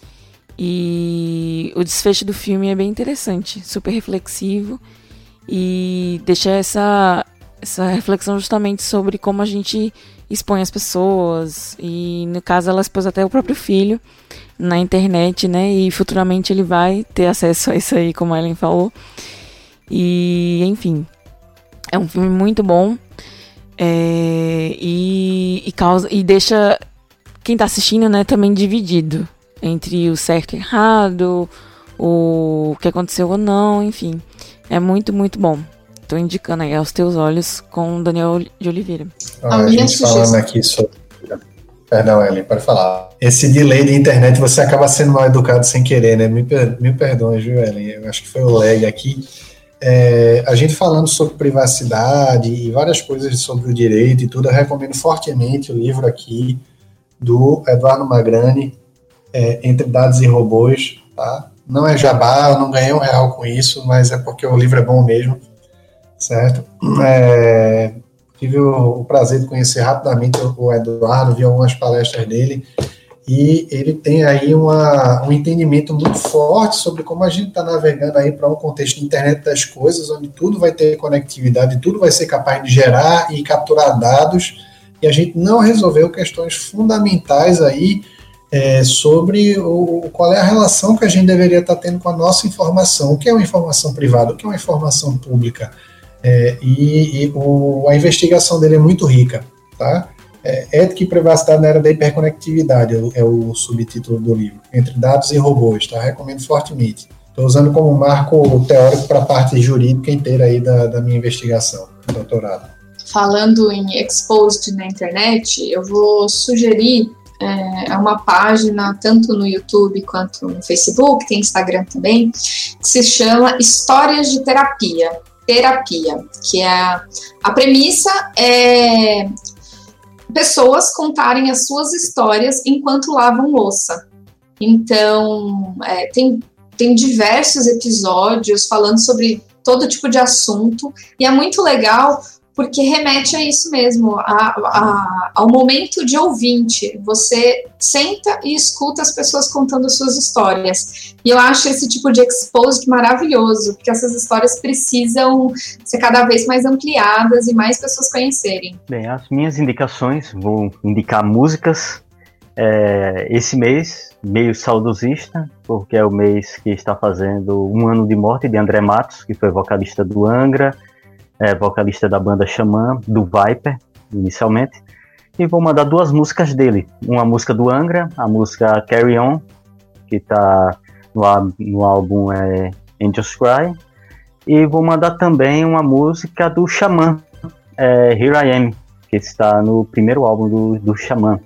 E o desfecho do filme é bem interessante, super reflexivo, e deixa essa reflexão justamente sobre como a gente expõe as pessoas. E no caso ela expôs até o próprio filho na internet, né? E futuramente ele vai ter acesso a isso aí, como a Ellen falou. E enfim, é um filme muito bom, e deixa quem tá assistindo, né, também dividido entre o certo e o errado, o que aconteceu ou não, enfim. É muito, muito bom. Tô indicando aí Aos Teus Olhos com Daniel de Oliveira. A gente falando aqui sobre... Perdão, Ellen, pode falar. Esse delay de internet, você acaba sendo mal educado sem querer, né? Me perdoe, viu, Ellen? Eu acho que foi o lag aqui. A gente falando sobre privacidade e várias coisas sobre o direito e tudo, eu recomendo fortemente o livro aqui do Eduardo Magrani, Entre Dados e Robôs, tá? Não é jabá, eu não ganhei R$1 com isso, mas é porque o livro é bom mesmo, certo? Tive o prazer de conhecer rapidamente o Eduardo, vi algumas palestras dele, e ele tem aí um entendimento muito forte sobre como a gente está navegando aí para um contexto de internet das coisas, onde tudo vai ter conectividade, tudo vai ser capaz de gerar e capturar dados, e a gente não resolveu questões fundamentais aí sobre qual é a relação que a gente deveria estar tendo com a nossa informação, o que é uma informação privada, o que é uma informação pública. A investigação dele é muito rica, tá? Ética e privacidade na era da hiperconectividade é o subtítulo do livro, Entre Dados e Robôs, tá? Recomendo fortemente. Estou usando como marco teórico para a parte jurídica inteira aí da minha investigação, doutorado. Falando em exposed na internet, eu vou sugerir uma página tanto no YouTube quanto no Facebook, tem Instagram também, que se chama Histórias de Terapia, que a premissa é pessoas contarem as suas histórias enquanto lavam louça. Então, tem diversos episódios falando sobre todo tipo de assunto, e é muito legal porque remete a isso mesmo, ao momento de ouvinte. Você senta e escuta as pessoas contando suas histórias. E eu acho esse tipo de exposed maravilhoso, porque essas histórias precisam ser cada vez mais ampliadas e mais pessoas conhecerem. Bem, as minhas indicações, vou indicar músicas. Esse mês, meio saudosista, porque é o mês que está fazendo 1 ano de morte de André Matos, que foi vocalista do Angra, vocalista da banda Xamã, do Viper, inicialmente, e vou mandar 2 músicas dele. Uma música do Angra, a música Carry On, que está no álbum Angels Cry, e vou mandar também uma música do Xamã, Here I Am, que está no primeiro álbum do Xamã.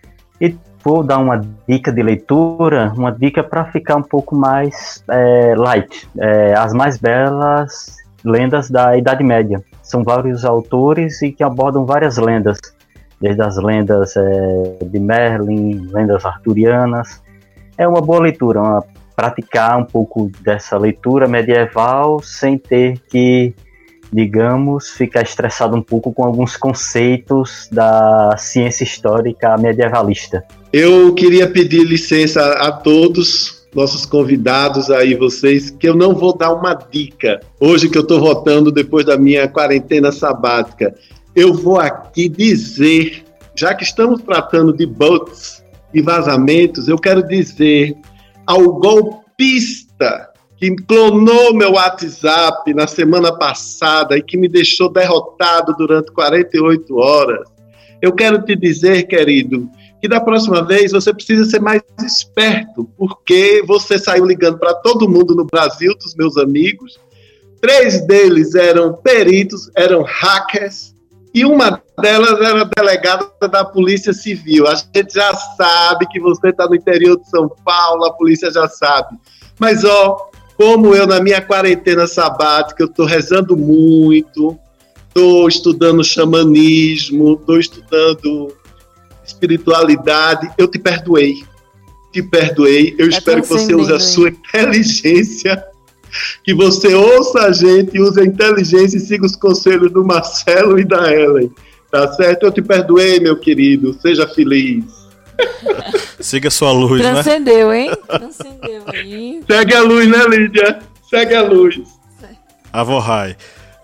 E vou dar uma dica de leitura, uma dica para ficar um pouco mais light, As Mais Belas Lendas da Idade Média. São vários autores e que abordam várias lendas, desde as lendas de Merlin, lendas arturianas. É uma boa leitura, praticar um pouco dessa leitura medieval sem ter que, digamos, ficar estressado um pouco com alguns conceitos da ciência histórica medievalista. Eu queria pedir licença a todos nossos convidados aí, vocês, que eu não vou dar uma dica. Hoje que eu estou voltando depois da minha quarentena sabática, eu vou aqui dizer, já que estamos tratando de bots e vazamentos, eu quero dizer ao golpista que clonou meu WhatsApp na semana passada e que me deixou derrotado durante 48 horas, eu quero te dizer, querido, que da próxima vez você precisa ser mais esperto, porque você saiu ligando para todo mundo no Brasil, dos meus amigos. 3 deles eram peritos, eram hackers, e uma delas era delegada da Polícia Civil. A gente já sabe que você está no interior de São Paulo, a polícia já sabe. Mas, como eu na minha quarentena sabática, eu estou rezando muito, estou estudando xamanismo, estou estudando espiritualidade, eu te perdoei. Eu espero que você use a sua inteligência, que você ouça a gente, use a inteligência e siga os conselhos do Marcelo e da Ellen, tá certo? Eu te perdoei, meu querido, seja feliz. Siga sua luz, Transcendeu, né? Transcendeu aí. Segue a luz, né, Lídia? Segue a luz. Avorrai.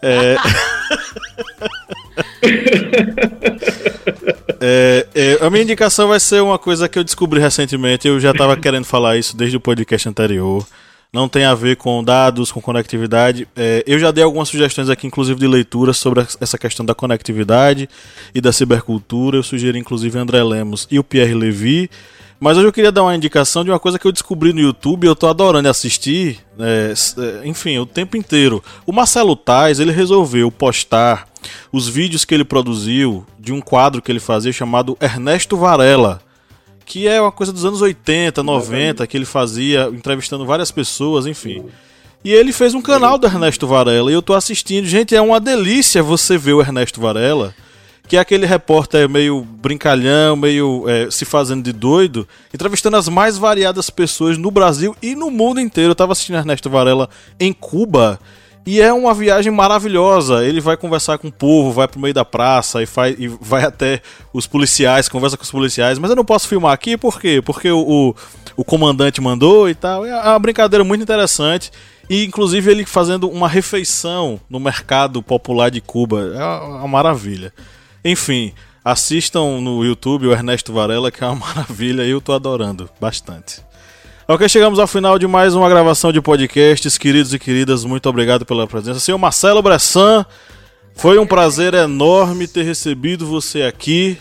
A minha indicação vai ser uma coisa que eu descobri recentemente. Eu já estava querendo falar isso desde o podcast anterior. Não tem a ver com dados, com conectividade. Eu já dei algumas sugestões aqui, inclusive de leitura, sobre essa questão da conectividade e da cibercultura. Eu sugeri, inclusive, André Lemos e o Pierre Levy. Mas hoje eu queria dar uma indicação de uma coisa que eu descobri no YouTube e eu tô adorando assistir, enfim, o tempo inteiro. O Marcelo Tais, ele resolveu postar os vídeos que ele produziu de um quadro que ele fazia chamado Ernesto Varela, que é uma coisa dos anos 80, 90, que ele fazia entrevistando várias pessoas, enfim. E ele fez um canal do Ernesto Varela e eu tô assistindo. Gente, é uma delícia você ver o Ernesto Varela, que é aquele repórter meio brincalhão, meio se fazendo de doido, entrevistando as mais variadas pessoas no Brasil e no mundo inteiro. Eu tava assistindo Ernesto Varela em Cuba e é uma viagem maravilhosa. Ele vai conversar com o povo, vai pro meio da praça e vai até os policiais, conversa com os policiais. Mas eu não posso filmar aqui, por quê? Porque o comandante mandou e tal. É uma brincadeira muito interessante. E inclusive ele fazendo uma refeição no mercado popular de Cuba. É uma maravilha. Enfim, assistam no YouTube o Ernesto Varela, que é uma maravilha e eu tô adorando bastante. Ok, chegamos ao final de mais uma gravação de podcasts. Queridos e queridas, muito obrigado pela presença. Senhor Marcelo Bressan, foi um prazer enorme ter recebido você aqui.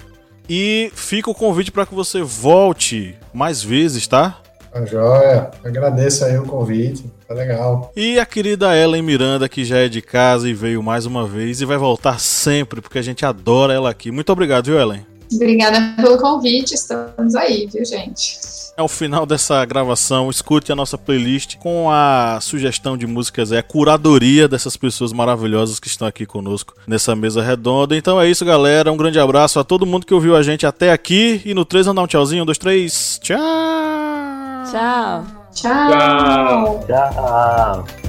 E fica o convite para que você volte mais vezes, tá? Tá joia, agradeço aí o convite, tá legal. E a querida Ellen Miranda, que já é de casa e veio mais uma vez e vai voltar sempre, porque a gente adora ela aqui. Muito obrigado, viu, Ellen? Obrigada pelo convite, estamos aí, viu, gente? Ao final dessa gravação, escute a nossa playlist com a sugestão de músicas, a curadoria dessas pessoas maravilhosas que estão aqui conosco nessa mesa redonda. Então é isso, galera, um grande abraço a todo mundo que ouviu a gente até aqui. E no 3 vamos dar um tchauzinho, 1, 2, 3, tchau! Tchau. Tchau. Tchau.